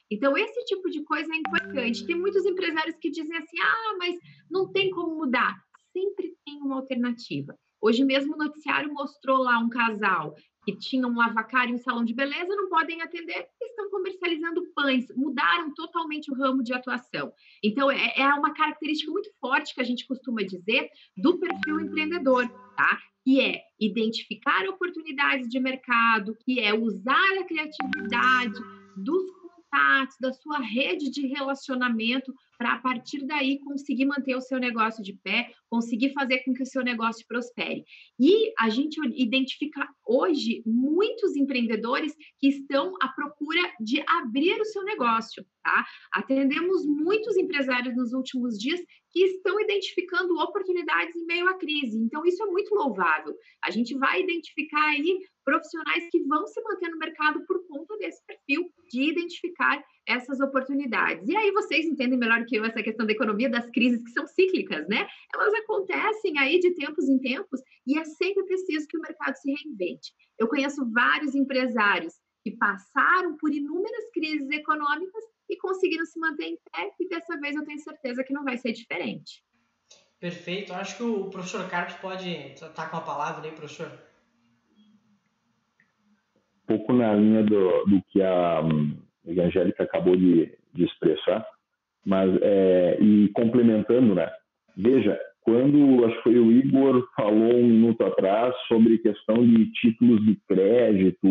Então, esse tipo de coisa é importante. Tem muitos empresários que dizem assim, mas não tem como mudar. Sempre tem uma alternativa. Hoje mesmo o noticiário mostrou lá um casal que tinha um lavacário e um salão de beleza, não podem atender, estão comercializando pães, mudaram totalmente o ramo de atuação. Então, é uma característica muito forte que a gente costuma dizer do perfil empreendedor, tá? Que é identificar oportunidades de mercado, que é usar a criatividade dos contatos, da sua rede de relacionamento, para, a partir daí, conseguir manter o seu negócio de pé, conseguir fazer com que o seu negócio prospere. E a gente identifica hoje muitos empreendedores que estão à procura de abrir o seu negócio, tá? Atendemos muitos empresários nos últimos dias que estão identificando oportunidades em meio à crise. Então, isso é muito louvável. A gente vai identificar aí profissionais que vão se manter no mercado por conta desse perfil de identificar essas oportunidades. E aí vocês entendem melhor que eu essa questão da economia, das crises que são cíclicas, né? Elas acontecem aí de tempos em tempos e é sempre preciso que o mercado se reinvente. Eu conheço vários empresários que passaram por inúmeras crises econômicas e conseguiram se manter em pé, e dessa vez eu tenho certeza que não vai ser diferente. Perfeito. Acho que o professor Carlos pode estar com a palavra aí, professor. Um pouco na linha do que a Angélica acabou de expressar, mas e complementando, né? Veja, quando acho que foi o Igor falou um minuto atrás sobre questão de títulos de crédito,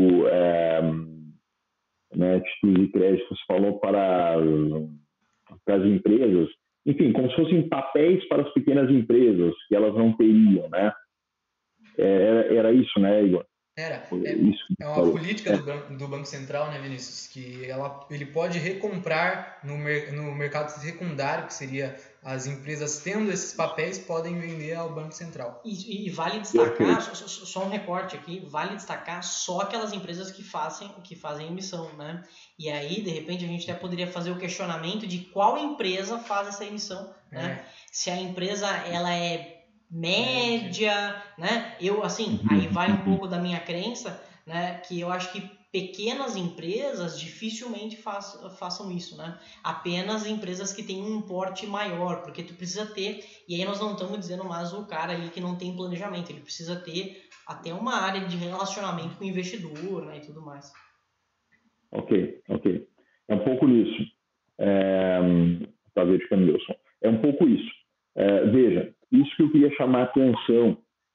né, títulos de crédito, você falou para as empresas, enfim, como se fossem papéis para as pequenas empresas que elas não teriam, né? Era isso, né, Igor? É uma política do Banco Central, né, Vinícius, que ele pode recomprar no mercado secundário, que seria as empresas tendo esses papéis, podem vender ao Banco Central. E vale destacar, só um recorte aqui, vale destacar só aquelas empresas que fazem emissão, né? E aí, de repente, a gente até poderia fazer o questionamento de qual empresa faz essa emissão, né? Se a empresa, ela é média, né? Aí vai um pouco da minha crença, né? Que eu acho que pequenas empresas dificilmente façam isso, né? Apenas empresas que têm um porte maior, porque tu precisa ter, e aí nós não estamos dizendo mais o cara ali que não tem planejamento, ele precisa ter até uma área de relacionamento com o investidor, né? E tudo mais. Ok. É um pouco nisso. Tá verificando, Wilson. É um pouco isso. Veja, isso que eu queria chamar a atenção.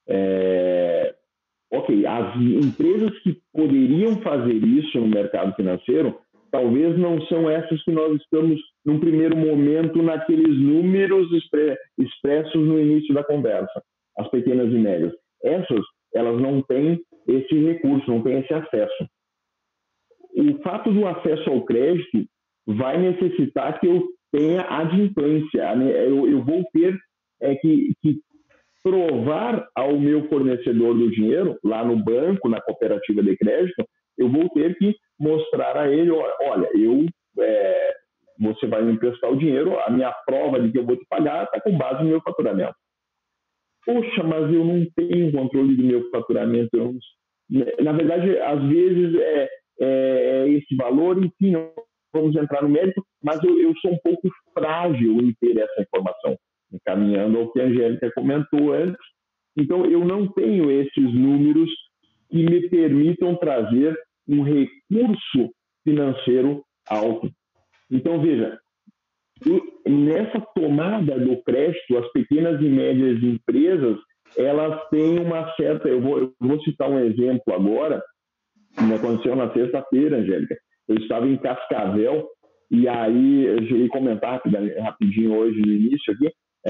As empresas que poderiam fazer isso no mercado financeiro, talvez não são essas que nós estamos, num primeiro momento, naqueles números expressos no início da conversa, as pequenas e médias. Essas, elas não têm esse recurso, não têm esse acesso. O fato do acesso ao crédito vai necessitar que eu tenha adimplência. Eu vou ter que provar ao meu fornecedor do dinheiro, lá no banco, na cooperativa de crédito, eu vou ter que mostrar a ele, olha, você vai me emprestar o dinheiro, a minha prova de que eu vou te pagar está com base no meu faturamento. Poxa, mas eu não tenho controle do meu faturamento. Na verdade, às vezes esse valor, enfim, não vamos entrar no mérito, mas eu sou um pouco frágil em ter essa informação, encaminhando ao que a Angélica comentou antes. Então, eu não tenho esses números que me permitam trazer um recurso financeiro alto. Então, veja, nessa tomada do crédito, as pequenas e médias empresas, elas têm uma certa... Eu vou citar um exemplo agora, que me aconteceu na sexta-feira, Angélica. Eu estava em Cascavel, e aí eu cheguei a comentar rapidinho hoje no início aqui,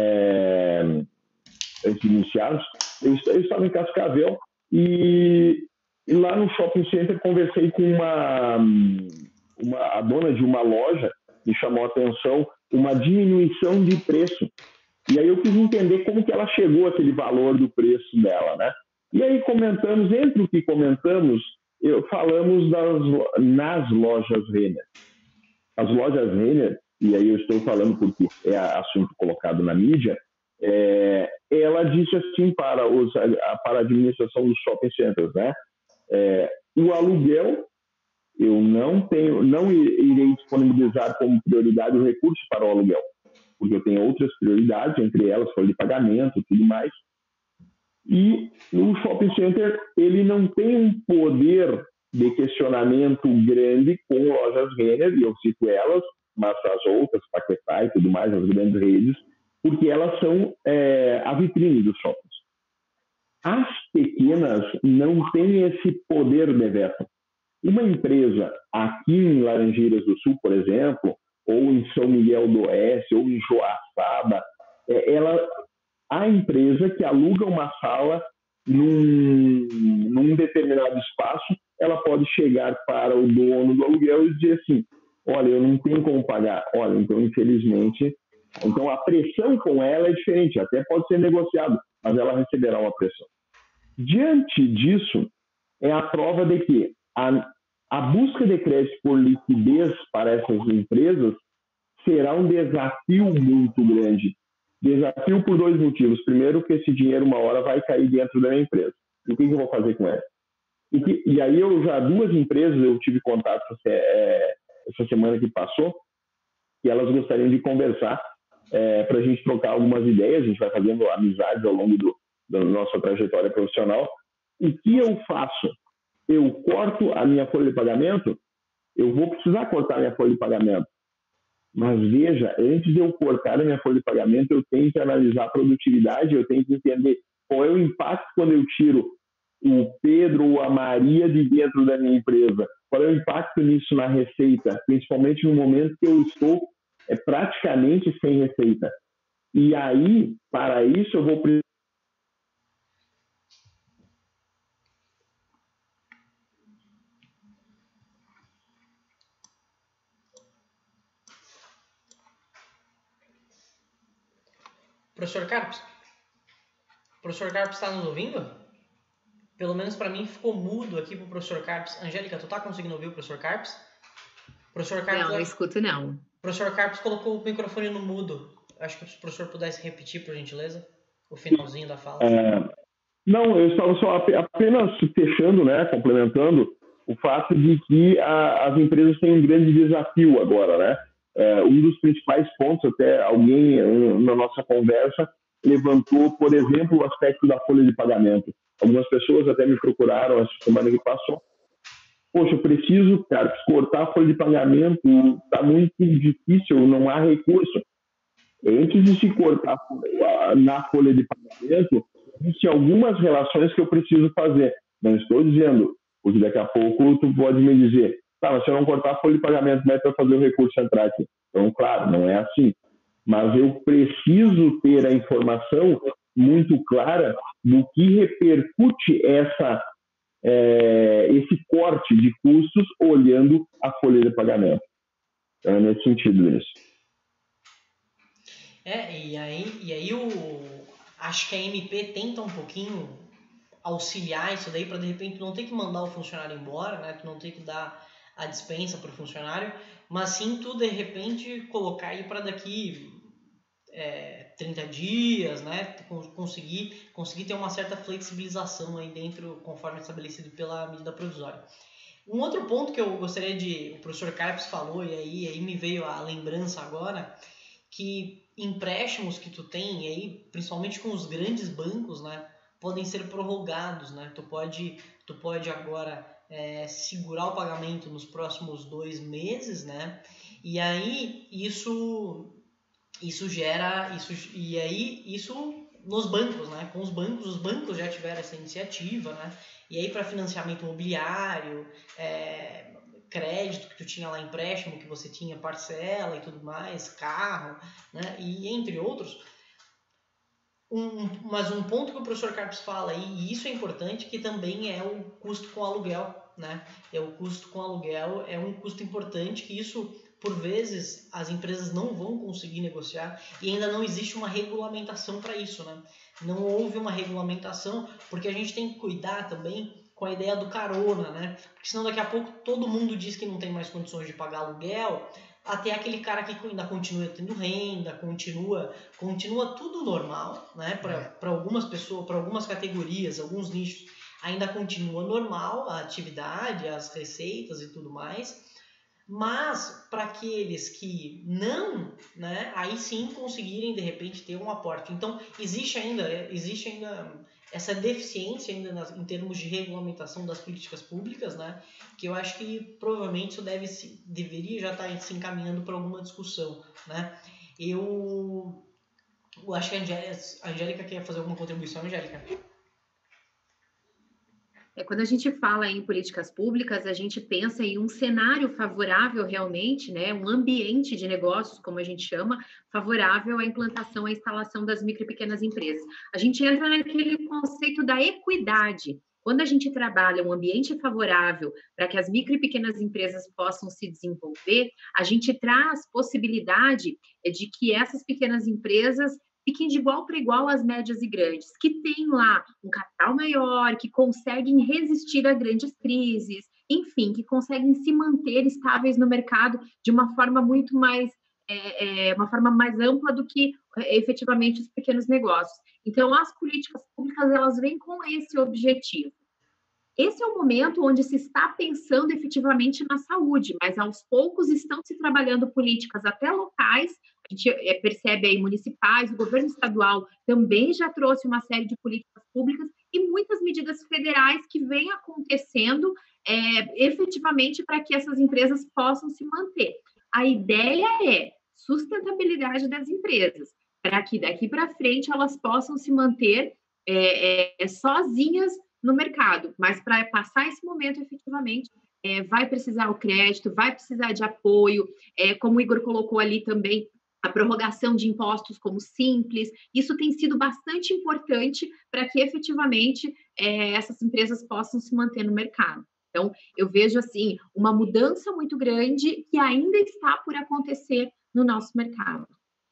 antes de iniciarmos, eu estava em Cascavel e lá no shopping center conversei com a dona de uma loja, me chamou a atenção uma diminuição de preço. E aí eu quis entender como que ela chegou àquele valor do preço dela, né? E aí comentamos, entre o que comentamos, falamos nas lojas Renner. As lojas Renner, e aí eu estou falando porque é assunto colocado na mídia, ela disse assim para a administração dos shopping centers, né? O aluguel eu não irei disponibilizar como prioridade o recurso para o aluguel, porque eu tenho outras prioridades, entre elas folha de pagamento e tudo mais. E o shopping center, ele não tem um poder de questionamento grande com lojas Renner, e eu cito elas, mas as outras, Paquetá e tudo mais, as grandes redes, porque elas são a vitrine dos shoppings. As pequenas não têm esse poder de veto. Uma empresa aqui em Laranjeiras do Sul, por exemplo, ou em São Miguel do Oeste, ou em Joaçaba, a empresa que aluga uma sala num determinado espaço, ela pode chegar para o dono do aluguel e dizer assim, olha, eu não tenho como pagar. Olha, então, infelizmente... Então, a pressão com ela é diferente, até pode ser negociado, mas ela receberá uma pressão. Diante disso, é a prova de que a busca de crédito por liquidez para essas empresas será um desafio muito grande. Desafio por 2 motivos. Primeiro, que esse dinheiro uma hora vai cair dentro da minha empresa. E o que eu vou fazer com ela? E aí, 2 empresas, eu tive contato essa semana que passou, que elas gostariam de conversar para a gente trocar algumas ideias. A gente vai fazendo amizades ao longo da nossa trajetória profissional. O que eu faço? Eu corto a minha folha de pagamento? Eu vou precisar cortar a minha folha de pagamento. Mas veja, antes de eu cortar a minha folha de pagamento, eu tenho que analisar a produtividade, eu tenho que entender qual é o impacto quando eu tiro o Pedro ou a Maria de dentro da minha empresa. Qual é o impacto nisso na receita, principalmente no momento que eu estou praticamente sem receita. E aí, para isso, eu vou precisar. Professor Carpes? Professor Carpes está nos ouvindo? Pelo menos para mim ficou mudo aqui pro professor Carpes. Angélica, tu tá conseguindo ouvir o professor Carpes? Professor Carpes, não escuto não. O professor Carpes colocou o microfone no mudo. Acho que se o professor pudesse repetir, por gentileza, o finalzinho da fala. Não, eu estava só apenas fechando, né, complementando o fato de que as empresas têm um grande desafio agora, né? Um dos principais pontos, até alguém na nossa conversa levantou, por exemplo, o aspecto da folha de pagamento. Algumas pessoas até me procuraram essa semana que passou. Poxa, eu preciso, cara, cortar a folha de pagamento, está muito difícil, não há recurso. Antes de se cortar na folha de pagamento, existem algumas relações que eu preciso fazer. Não estou dizendo, porque daqui a pouco tu pode me dizer, tá, mas se eu não cortar a folha de pagamento, como é que vai fazer o recurso entrar aqui? Então, claro, não é assim. Mas eu preciso ter a informação muito clara do que repercute esse corte de custos olhando a folha de pagamento. Então, é nesse sentido isso. E aí acho que a MP tenta um pouquinho auxiliar isso daí para de repente não ter que mandar o funcionário embora, né? Tu não ter que dar a dispensa para o funcionário, mas sim tu de repente colocar aí para daqui 30 dias, né? Conseguir ter uma certa flexibilização aí dentro, conforme estabelecido pela medida provisória. Um outro ponto que eu gostaria o professor Carpes falou, e aí me veio a lembrança agora, que empréstimos que tu tem, e aí, principalmente com os grandes bancos, né, podem ser prorrogados, né? Tu pode agora segurar o pagamento nos próximos 2 meses, né? E aí isso gera isso nos bancos, né? Com os bancos já tiveram essa iniciativa, né? E aí para financiamento imobiliário, crédito que tu tinha lá, empréstimo que você tinha, parcela e tudo mais, carro, né? E entre outros. Mas um ponto que o professor Carpes fala aí, e isso é importante, que também é o custo com aluguel, né? O custo com aluguel é um custo importante, que isso, por vezes, as empresas não vão conseguir negociar e ainda não existe uma regulamentação para isso, né? Não houve uma regulamentação, porque a gente tem que cuidar também com a ideia do carona, né? Porque senão daqui a pouco todo mundo diz que não tem mais condições de pagar aluguel, até aquele cara que ainda continua tendo renda, continua tudo normal, né? Para algumas pessoas, para algumas categorias, alguns nichos, ainda continua normal a atividade, as receitas e tudo mais, mas para aqueles que não, né, aí sim conseguirem de repente ter um aporte. Então existe ainda essa deficiência ainda em termos de regulamentação das políticas públicas, né, que eu acho que provavelmente isso deveria já estar se encaminhando para alguma discussão, né. Eu acho que a Angélica quer fazer alguma contribuição, Angélica? Quando a gente fala em políticas públicas, a gente pensa em um cenário favorável realmente, né, um ambiente de negócios, como a gente chama, favorável à implantação, à instalação das micro e pequenas empresas. A gente entra naquele conceito da equidade. Quando a gente trabalha um ambiente favorável para que as micro e pequenas empresas possam se desenvolver, a gente traz possibilidade de que essas pequenas empresas fiquem de igual para igual às médias e grandes, que têm lá um capital maior, que conseguem resistir a grandes crises, enfim, que conseguem se manter estáveis no mercado de uma forma muito mais uma forma mais ampla do que efetivamente os pequenos negócios. Então, as políticas públicas elas vêm com esse objetivo. Esse é o momento onde se está pensando efetivamente na saúde, mas aos poucos estão se trabalhando políticas até locais, a gente percebe aí municipais, o governo estadual também já trouxe uma série de políticas públicas e muitas medidas federais que vêm acontecendo efetivamente para que essas empresas possam se manter. A ideia é sustentabilidade das empresas, para que daqui para frente elas possam se manter sozinhas no mercado, mas para passar esse momento efetivamente vai precisar o crédito, vai precisar de apoio, como o Igor colocou ali também, a prorrogação de impostos como simples, isso tem sido bastante importante para que efetivamente essas empresas possam se manter no mercado. Então, eu vejo assim uma mudança muito grande que ainda está por acontecer no nosso mercado.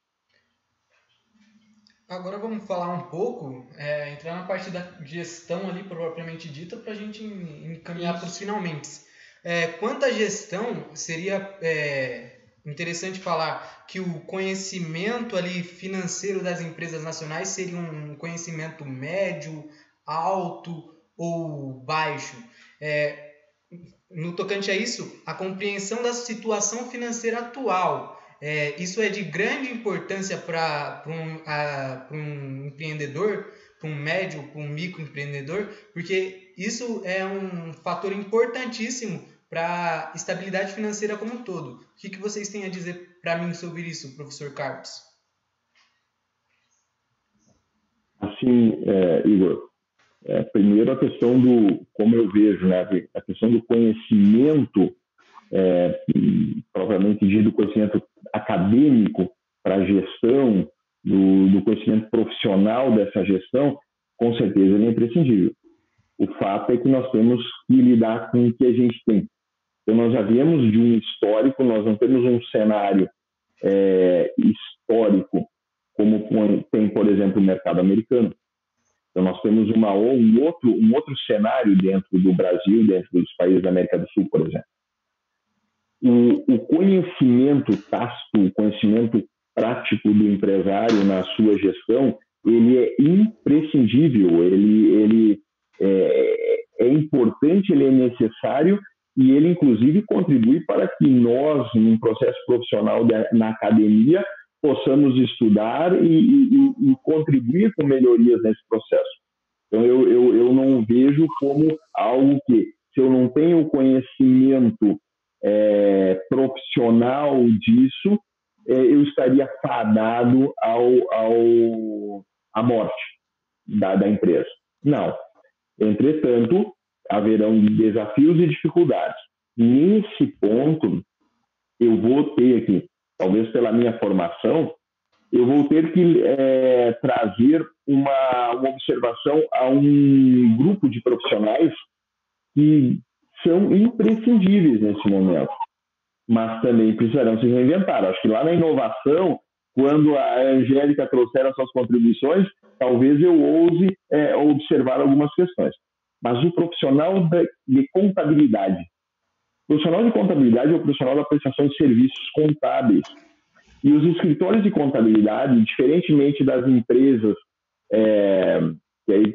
Agora vamos falar um pouco, entrar na parte da gestão ali propriamente dita para a gente encaminhar para os finalmente. Quanto à gestão, seria interessante falar que o conhecimento ali financeiro das empresas nacionais seria um conhecimento médio, alto ou baixo. No tocante a isso, a compreensão da situação financeira atual. Isso é de grande importância para um empreendedor, para um médio, para um microempreendedor, porque isso é um fator importantíssimo para a estabilidade financeira como um todo. O que vocês têm a dizer para mim sobre isso, professor Carlos? Assim, Igor, primeiro a questão do, como eu vejo, né, a questão do conhecimento, propriamente dito, conhecimento acadêmico para a gestão, do conhecimento profissional dessa gestão, com certeza ele é imprescindível. O fato é que nós temos que lidar com o que a gente tem. Então, nós já viemos de um histórico, nós não temos um cenário histórico como tem, por exemplo, o mercado americano. Então, nós temos um outro cenário dentro do Brasil, dentro dos países da América do Sul, por exemplo. O conhecimento tácito, o conhecimento prático do empresário na sua gestão, ele é imprescindível, ele é importante, ele é necessário e ele, inclusive, contribui para que nós, num processo profissional na academia, possamos estudar e contribuir com melhorias nesse processo. Então, eu não vejo como algo que, se eu não tenho conhecimento profissional disso, eu estaria fadado à morte da empresa. Não. Entretanto, haverão desafios e dificuldades. Nesse ponto, eu vou ter aqui, talvez pela minha formação, eu vou ter que trazer uma observação a um grupo de profissionais que são imprescindíveis nesse momento, mas também precisarão se reinventar. Acho que lá na inovação, quando a Angélica trouxer as suas contribuições, talvez eu ouse observar algumas questões. Mas o profissional de contabilidade, o profissional de contabilidade é o profissional da prestação de serviços contábeis. E os escritórios de contabilidade, diferentemente das empresas que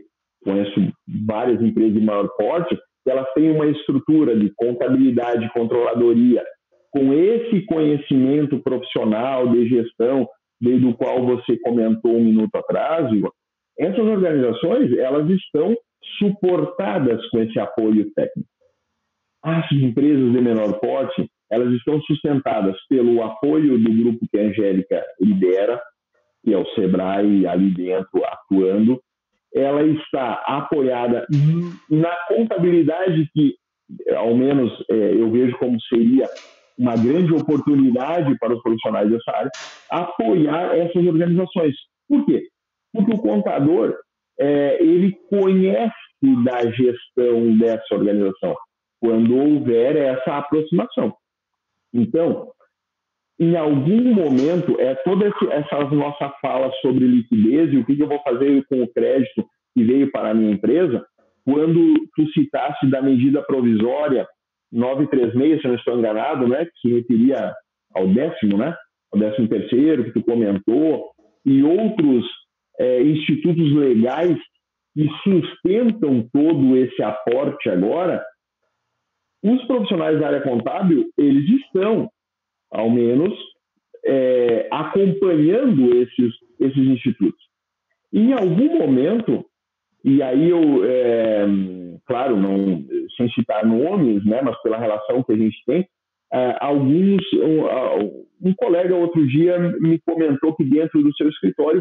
conheço várias empresas de maior porte, elas têm uma estrutura de contabilidade, controladoria, com esse conhecimento profissional de gestão, desde o qual você comentou um minuto atrás, Igor. Essas organizações, elas estão suportadas com esse apoio técnico. As empresas de menor porte, elas estão sustentadas pelo apoio do grupo que a Angélica lidera, que é o Sebrae ali dentro atuando. Ela está apoiada na contabilidade que, ao menos, eu vejo como seria uma grande oportunidade para os profissionais dessa área, apoiar essas organizações. Por quê? Porque o contador, ele conhece da gestão dessa organização, quando houver essa aproximação. Então, em algum momento, toda essa nossa fala sobre liquidez e o que eu vou fazer com o crédito que veio para a minha empresa, quando tu citasse da medida provisória 936, se eu não estou enganado, né, que se referia ao 10º, né, ao 13º, que tu comentou, e outros institutos legais que sustentam todo esse aporte agora, os profissionais da área contábil, eles estão, ao menos, acompanhando esses institutos. E, em algum momento, e aí eu, claro, não, sem citar nomes, né, mas pela relação que a gente tem, um colega outro dia me comentou que dentro do seu escritório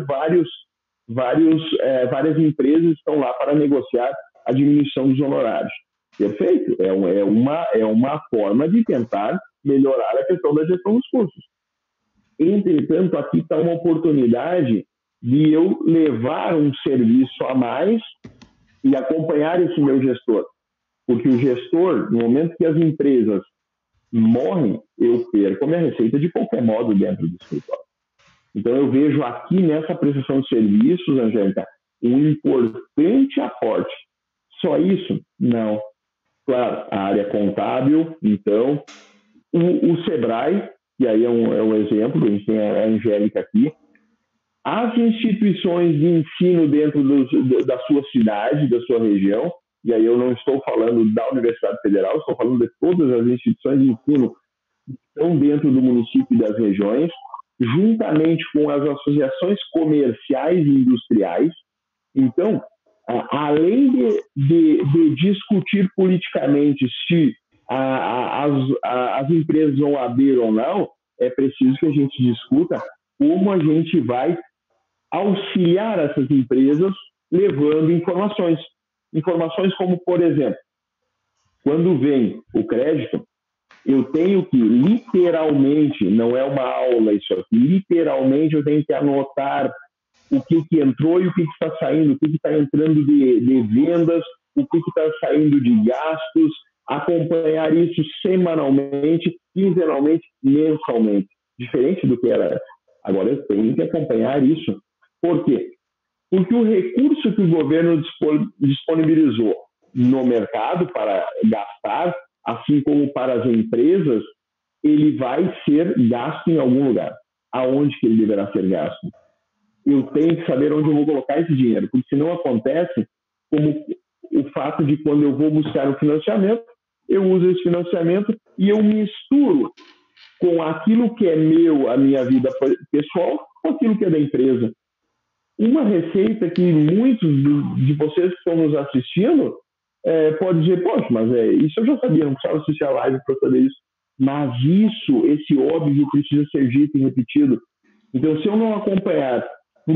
várias empresas estão lá para negociar a diminuição dos honorários. Perfeito, é uma forma de tentar melhorar a questão da gestão dos custos. Entretanto, aqui está uma oportunidade de eu levar um serviço a mais e acompanhar esse meu gestor. Porque o gestor, no momento que as empresas morrem, eu perco a minha receita de qualquer modo dentro do escritório. Então, eu vejo aqui nessa prestação de serviços, Angélica, um importante aporte. Só isso? Não. Claro, a área contábil, então, o Sebrae, e aí é um exemplo, a gente tem a Angélica aqui, as instituições de ensino dentro da sua cidade, da sua região, e aí eu não estou falando da Universidade Federal, estou falando de todas as instituições de ensino que estão dentro do município e das regiões, juntamente com as associações comerciais e industriais. Então, além de discutir politicamente se as empresas vão abrir ou não, é preciso que a gente discuta como a gente vai auxiliar essas empresas levando informações. Informações como, por exemplo, quando vem o crédito, eu tenho que literalmente, não é uma aula isso aqui, literalmente eu tenho que anotar o que entrou e o que está saindo, o que está entrando de vendas, o que está saindo de gastos, acompanhar isso semanalmente, quinzenalmente, mensalmente. Diferente do que era. Agora eu tenho que acompanhar isso. Por quê? Porque o recurso que o governo disponibilizou no mercado para gastar, assim como para as empresas, ele vai ser gasto em algum lugar. Aonde que ele deverá ser gasto? Eu tenho que saber onde eu vou colocar esse dinheiro, porque senão acontece como o fato de quando eu vou buscar um financiamento, eu uso esse financiamento e eu misturo com aquilo que é meu, a minha vida pessoal, com aquilo que é da empresa. Uma receita que muitos de vocês que estão nos assistindo pode dizer, poxa, mas isso eu já sabia, não precisava assistir a live para saber isso. Mas esse óbvio precisa ser dito e repetido. Então, se eu não acompanhar por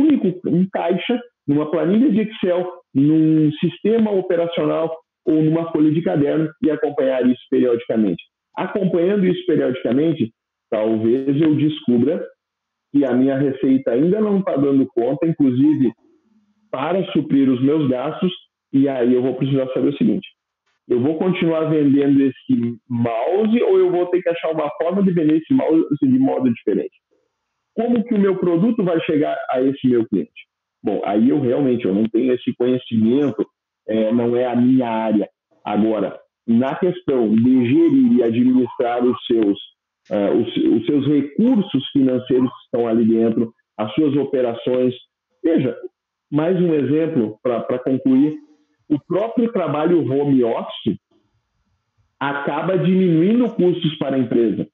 um caixa, numa planilha de Excel, num sistema operacional ou numa folha de caderno e acompanhar isso periodicamente. Acompanhando isso periodicamente, talvez eu descubra que a minha receita ainda não está dando conta, inclusive para suprir os meus gastos, e aí eu vou precisar saber o seguinte: eu vou continuar vendendo esse mouse ou eu vou ter que achar uma forma de vender esse mouse de modo diferente? Como que o meu produto vai chegar a esse meu cliente? Bom, aí eu não tenho esse conhecimento, não é a minha área. Agora, na questão de gerir e administrar os seus recursos financeiros que estão ali dentro, as suas operações, veja, mais um exemplo para concluir. O próprio trabalho home office acaba diminuindo custos para a empresa.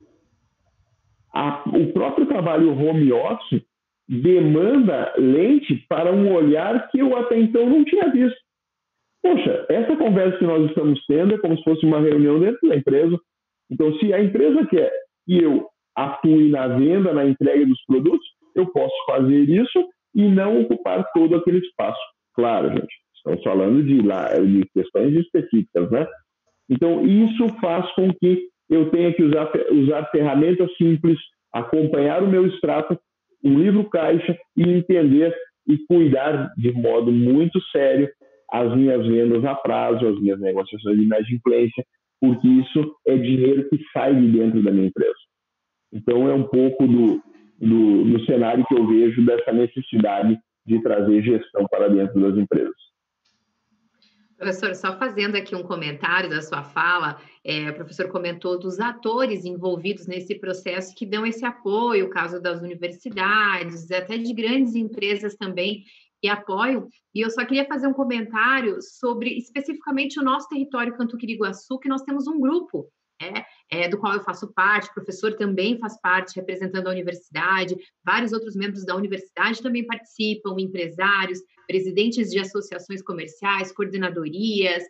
O próprio trabalho home office demanda lente para um olhar que eu até então não tinha visto. Poxa, essa conversa que nós estamos tendo é como se fosse uma reunião dentro da empresa. Então, se a empresa quer que eu atue na venda, na entrega dos produtos, eu posso fazer isso e não ocupar todo aquele espaço. Claro, gente, estamos falando de questões específicas, né? Então, isso faz com que eu tenha que usar ferramentas simples, acompanhar o meu extrato, um livro caixa e entender e cuidar de modo muito sério as minhas vendas a prazo, as minhas negociações de inadimplência, porque isso é dinheiro que sai de dentro da minha empresa. Então, é um pouco do cenário que eu vejo dessa necessidade de trazer gestão para dentro das empresas. Professor, só fazendo aqui um comentário da sua fala, o professor comentou dos atores envolvidos nesse processo que dão esse apoio, o caso das universidades, até de grandes empresas também que apoiam, e eu só queria fazer um comentário sobre especificamente o nosso território Canto Quiriguaçu, que nós temos um grupo, do qual eu faço parte, o professor também faz parte, representando a universidade, vários outros membros da universidade também participam, empresários, presidentes de associações comerciais, coordenadorias,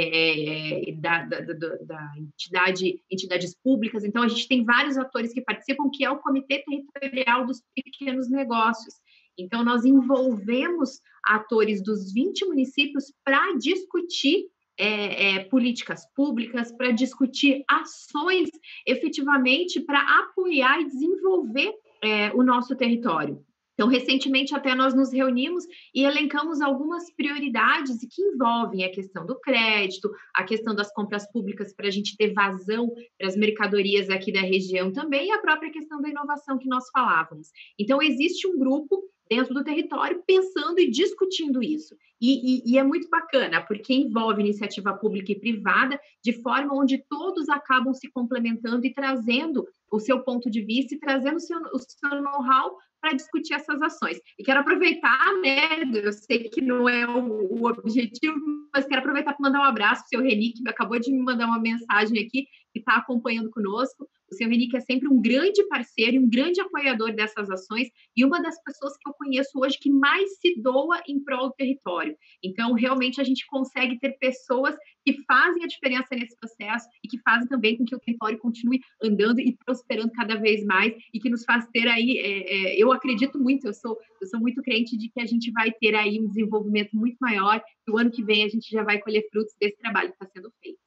entidades públicas. Então, a gente tem vários atores que participam, que é o Comitê Territorial dos Pequenos Negócios. Então, nós envolvemos atores dos 20 municípios para discutir políticas públicas, para discutir ações efetivamente para apoiar e desenvolver o nosso território. Então, recentemente, até nós nos reunimos e elencamos algumas prioridades que envolvem a questão do crédito, a questão das compras públicas para a gente ter vazão para as mercadorias aqui da região também, e a própria questão da inovação que nós falávamos. Então, existe um grupo dentro do território pensando e discutindo isso. E é muito bacana, porque envolve iniciativa pública e privada, de forma onde todos acabam se complementando e trazendo o seu ponto de vista e trazendo o seu know-how para discutir essas ações. E quero aproveitar, né, eu sei que não é o objetivo, mas quero aproveitar para mandar um abraço para o seu Reni, que acabou de me mandar uma mensagem aqui, que está acompanhando conosco. O seu Henrique é sempre um grande parceiro e um grande apoiador dessas ações e uma das pessoas que eu conheço hoje que mais se doa em prol do território. Então, realmente, a gente consegue ter pessoas que fazem a diferença nesse processo e que fazem também com que o território continue andando e prosperando cada vez mais e que nos faz ter aí, eu acredito muito, eu sou muito crente de que a gente vai ter aí um desenvolvimento muito maior e o ano que vem a gente já vai colher frutos desse trabalho que está sendo feito.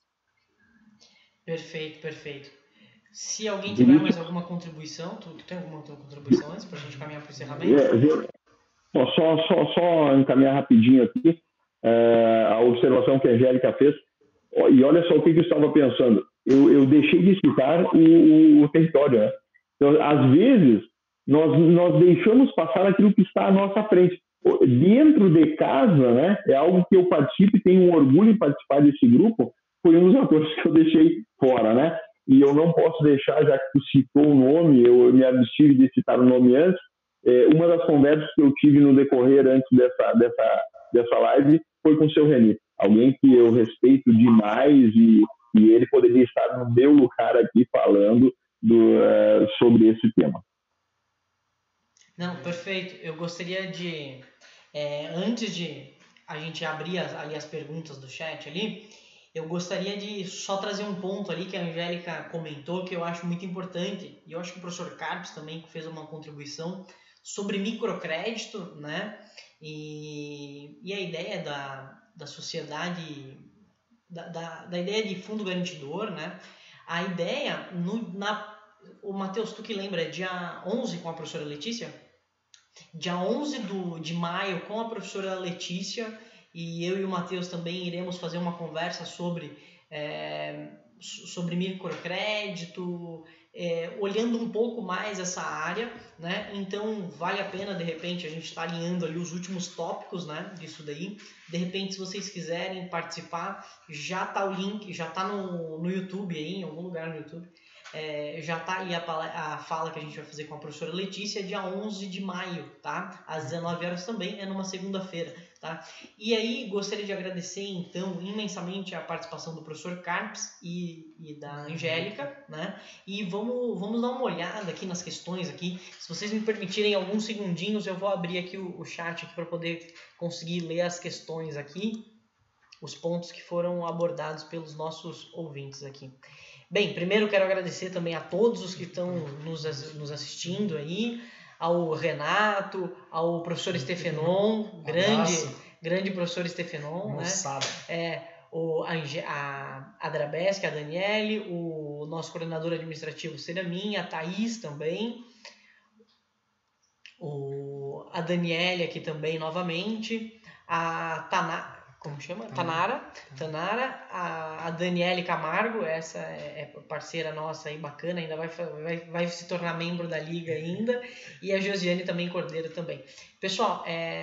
Perfeito, perfeito. Se alguém tiver mais alguma contribuição, tu tem alguma contribuição antes para a gente caminhar para o encerramento? Só encaminhar rapidinho aqui a observação que a Angélica fez. E olha só o que eu estava pensando. Eu deixei de citar o território, né? Então, às vezes, nós deixamos passar aquilo que está à nossa frente. Dentro de casa, né, é algo que eu participo e tenho um orgulho em participar desse grupo, foi um dos atores que eu deixei fora, né? E eu não posso deixar, já que tu citou o nome, eu me abstive de citar o nome antes, uma das conversas que eu tive no decorrer antes dessa live foi com o seu Reni, alguém que eu respeito demais e ele poderia estar no meu lugar aqui falando sobre esse tema. Não, perfeito. Eu gostaria de, antes de a gente abrir ali as perguntas do chat ali, eu gostaria de só trazer um ponto ali que a Angélica comentou, que eu acho muito importante, e eu acho que o professor Carpes também fez uma contribuição sobre microcrédito, né? E a ideia da sociedade, da ideia de fundo garantidor, né? A ideia, o Matheus, tu que lembra, é dia 11 com a professora Letícia? Dia 11 de maio com a professora Letícia, e eu e o Matheus também iremos fazer uma conversa sobre microcrédito, olhando um pouco mais essa área, né? Então vale a pena, de repente, a gente está alinhando ali os últimos tópicos, né, disso daí. De repente, se vocês quiserem participar, já está o link, já está no YouTube aí, em algum lugar no YouTube. já tá aí a fala que a gente vai fazer com a professora Letícia, dia 11 de maio, tá? Às 19 horas também, é numa segunda-feira, tá? E aí, gostaria de agradecer, então, imensamente a participação do professor Carpes e da Angélica, né? E vamos dar uma olhada aqui nas questões aqui. Se vocês me permitirem alguns segundinhos, eu vou abrir aqui o chat para poder conseguir ler as questões aqui, os pontos que foram abordados pelos nossos ouvintes aqui. Bem, primeiro quero agradecer também a todos os que estão nos assistindo aí, ao Renato, ao professor Stefenon, grande professor Stefenon, moçada, né? A Drabesque, a Daniele, o nosso coordenador administrativo Seramin, a Thaís também, a Daniele aqui também novamente, a como chama? Tanara, a Daniele Camargo, essa é parceira nossa aí, bacana, ainda vai se tornar membro da Liga ainda, e a Josiane também, Cordeiro também. Pessoal,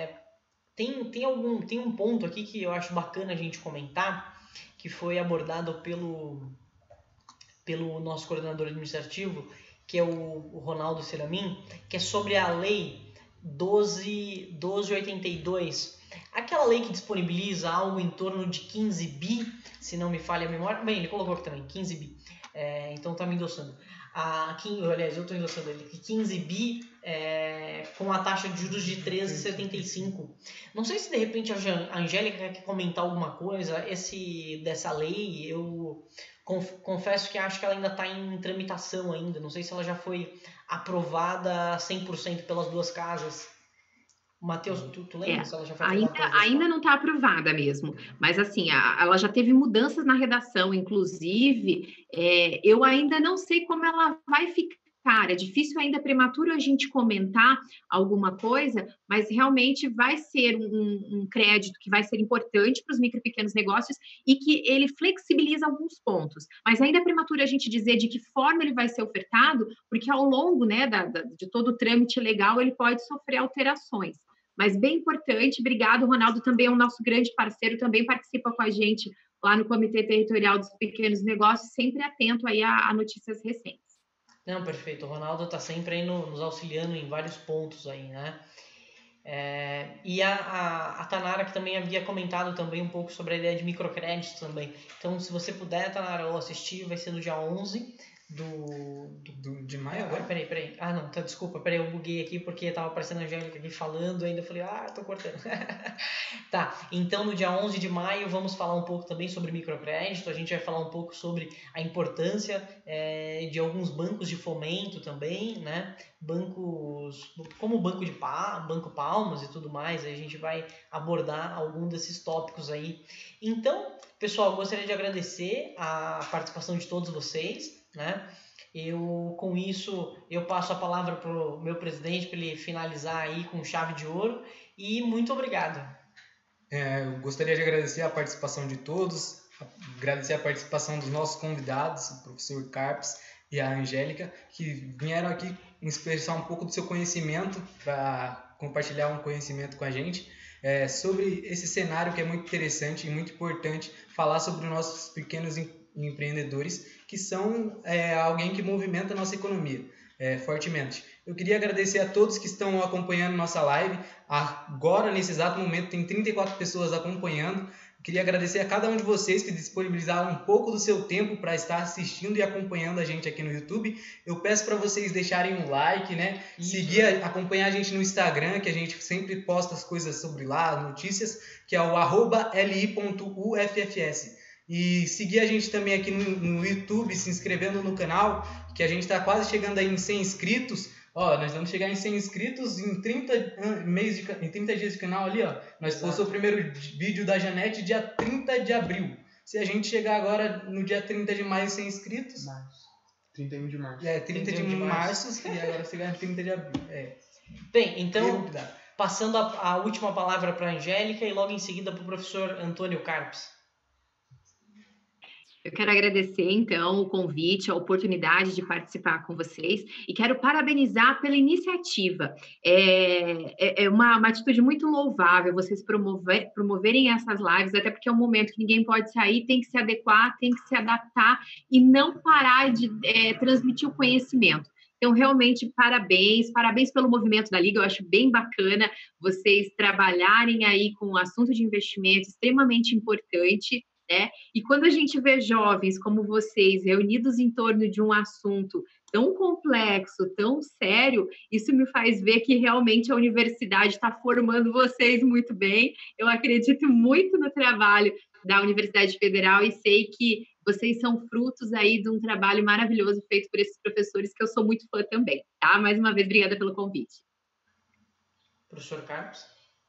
tem um ponto aqui que eu acho bacana a gente comentar, que foi abordado pelo nosso coordenador administrativo, que é o Ronaldo Seramin, que é sobre a lei 1282, aquela lei que disponibiliza algo em torno de 15 bi, se não me falha a memória. Bem, ele colocou aqui também, 15 bi. Então tá me endossando. Aliás, eu estou endossando ele. 15 bi com a taxa de juros de 13,75. Não sei se de repente a Angélica quer comentar alguma coisa dessa lei. Eu confesso que acho que ela ainda está em tramitação ainda. Não sei se ela já foi aprovada 100% pelas duas casas. Matheus, tu lembra se ela já foi aprovada? Ainda não está aprovada mesmo, mas assim, ela já teve mudanças na redação, inclusive, eu ainda não sei como ela vai ficar, é difícil ainda, prematuro a gente comentar alguma coisa, mas realmente vai ser um crédito que vai ser importante para os micro e pequenos negócios e que ele flexibiliza alguns pontos, mas ainda é prematuro a gente dizer de que forma ele vai ser ofertado, porque ao longo, né, de todo o trâmite legal ele pode sofrer alterações. Mas bem importante, obrigado, o Ronaldo também é um nosso grande parceiro, também participa com a gente lá no Comitê Territorial dos Pequenos Negócios, sempre atento aí a notícias recentes. Não, perfeito, o Ronaldo está sempre aí nos auxiliando em vários pontos aí, né? E a Tanara, que também havia comentado também um pouco sobre a ideia de microcréditos também. Então, se você puder, Tanara, ou assistir, vai ser no dia 11 de maio agora? Peraí. Ah, não, desculpa, eu buguei aqui porque tava aparecendo a Angélica aqui falando, ainda falei, tô cortando. Tá, então no dia 11 de maio vamos falar um pouco também sobre microcrédito, a gente vai falar um pouco sobre a importância de alguns bancos de fomento também, né? Bancos, como o Banco Palmas e tudo mais, a gente vai abordar algum desses tópicos aí. Então, pessoal, gostaria de agradecer a participação de todos vocês, né? Com isso, eu passo a palavra para o meu presidente para ele finalizar aí com chave de ouro e muito obrigado. Eu gostaria de agradecer a participação de todos, agradecer a participação dos nossos convidados, o professor Carpes e a Angélica, que vieram aqui expressar um pouco do seu conhecimento, para compartilhar um conhecimento com a gente sobre esse cenário que é muito interessante e muito importante, falar sobre os nossos pequenos empreendedores, que são alguém que movimenta a nossa economia fortemente. Eu queria agradecer a todos que estão acompanhando nossa live. Agora, nesse exato momento, tem 34 pessoas acompanhando. Queria agradecer a cada um de vocês que disponibilizaram um pouco do seu tempo para estar assistindo e acompanhando a gente aqui no YouTube. Eu peço para vocês deixarem um like, né? Acompanhar a gente no Instagram, que a gente sempre posta as coisas sobre lá, notícias, que é o @li.uffs. E seguir a gente também aqui no YouTube, se inscrevendo no canal, que a gente está quase chegando aí em 100 inscritos. Nós vamos chegar em 100 inscritos em 30 dias de canal ali, ó. Nós postamos o primeiro vídeo da Janete dia 30 de abril. Se a gente chegar agora no dia 30 de maio 100 inscritos... 31 de março. 30 de março e agora chegar em 30 de abril. Bem, então, passando a última palavra para a Angélica e logo em seguida para o professor Antônio Carpes. Eu quero agradecer, então, o convite, a oportunidade de participar com vocês e quero parabenizar pela iniciativa. É uma atitude muito louvável vocês promoverem essas lives, até porque é um momento que ninguém pode sair, tem que se adequar, tem que se adaptar e não parar de transmitir o conhecimento. Então, realmente, parabéns pelo movimento da Liga, eu acho bem bacana vocês trabalharem aí com o assunto de investimento extremamente importante, né? E quando a gente vê jovens como vocês reunidos em torno de um assunto tão complexo, tão sério, isso me faz ver que realmente a universidade está formando vocês muito bem. Eu acredito muito no trabalho da Universidade Federal e sei que vocês são frutos aí de um trabalho maravilhoso feito por esses professores que eu sou muito fã também, tá? Mais uma vez, obrigada pelo convite. Professor Carlos?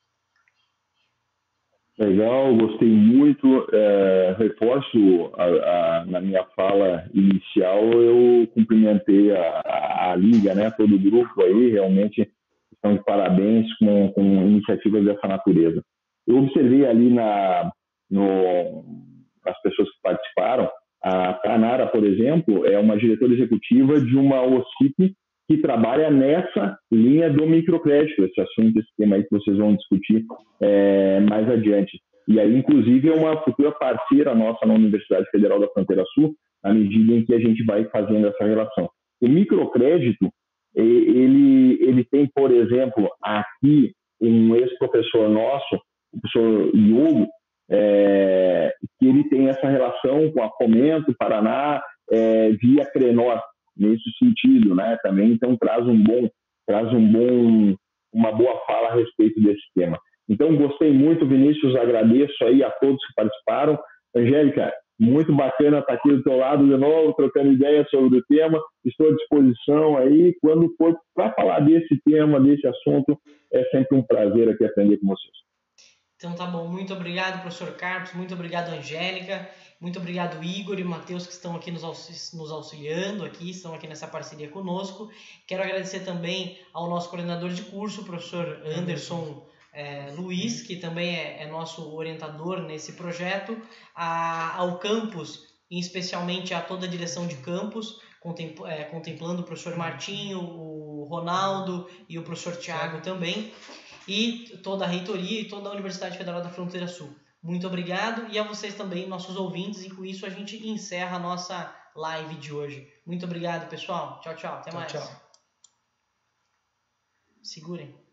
Legal, gostei muito. Reforço na minha fala inicial, eu cumprimentei a Liga, né, todo o grupo aí, realmente estão de parabéns com iniciativas dessa natureza. Eu observei ali nas pessoas que participaram, a Tanara, por exemplo, é uma diretora executiva de uma OCIP que trabalha nessa linha do microcrédito, esse assunto, esse tema aí que vocês vão discutir mais adiante. E aí, inclusive, é uma futura parceira nossa na Universidade Federal da Fronteira Sul, à medida em que a gente vai fazendo essa relação. O microcrédito, ele tem, por exemplo, aqui um ex-professor nosso, o professor Iogo, que ele tem essa relação com a Fomento Paraná via Crenor, nesse sentido, né? Também, então, traz uma boa fala a respeito desse tema. Então, gostei muito, Vinícius, agradeço aí a todos que participaram. Angélica, muito bacana estar aqui do teu lado de novo, trocando ideias sobre o tema. Estou à disposição aí, quando for para falar desse tema, desse assunto, é sempre um prazer aqui aprender com vocês. Então tá bom, muito obrigado, professor Carlos, muito obrigado, Angélica, muito obrigado, Igor e Matheus, que estão aqui nos auxiliando, estão aqui nessa parceria conosco. Quero agradecer também ao nosso coordenador de curso, o professor Anderson Luiz, que também é nosso orientador nesse projeto, ao campus, e especialmente a toda a direção de campus, contemplando o professor Martinho, o Ronaldo e o professor Tiago também, e toda a reitoria e toda a Universidade Federal da Fronteira Sul. Muito obrigado, e a vocês também, nossos ouvintes, e com isso a gente encerra a nossa live de hoje. Muito obrigado, pessoal. Tchau, tchau. Até mais. Tchau. Segurem.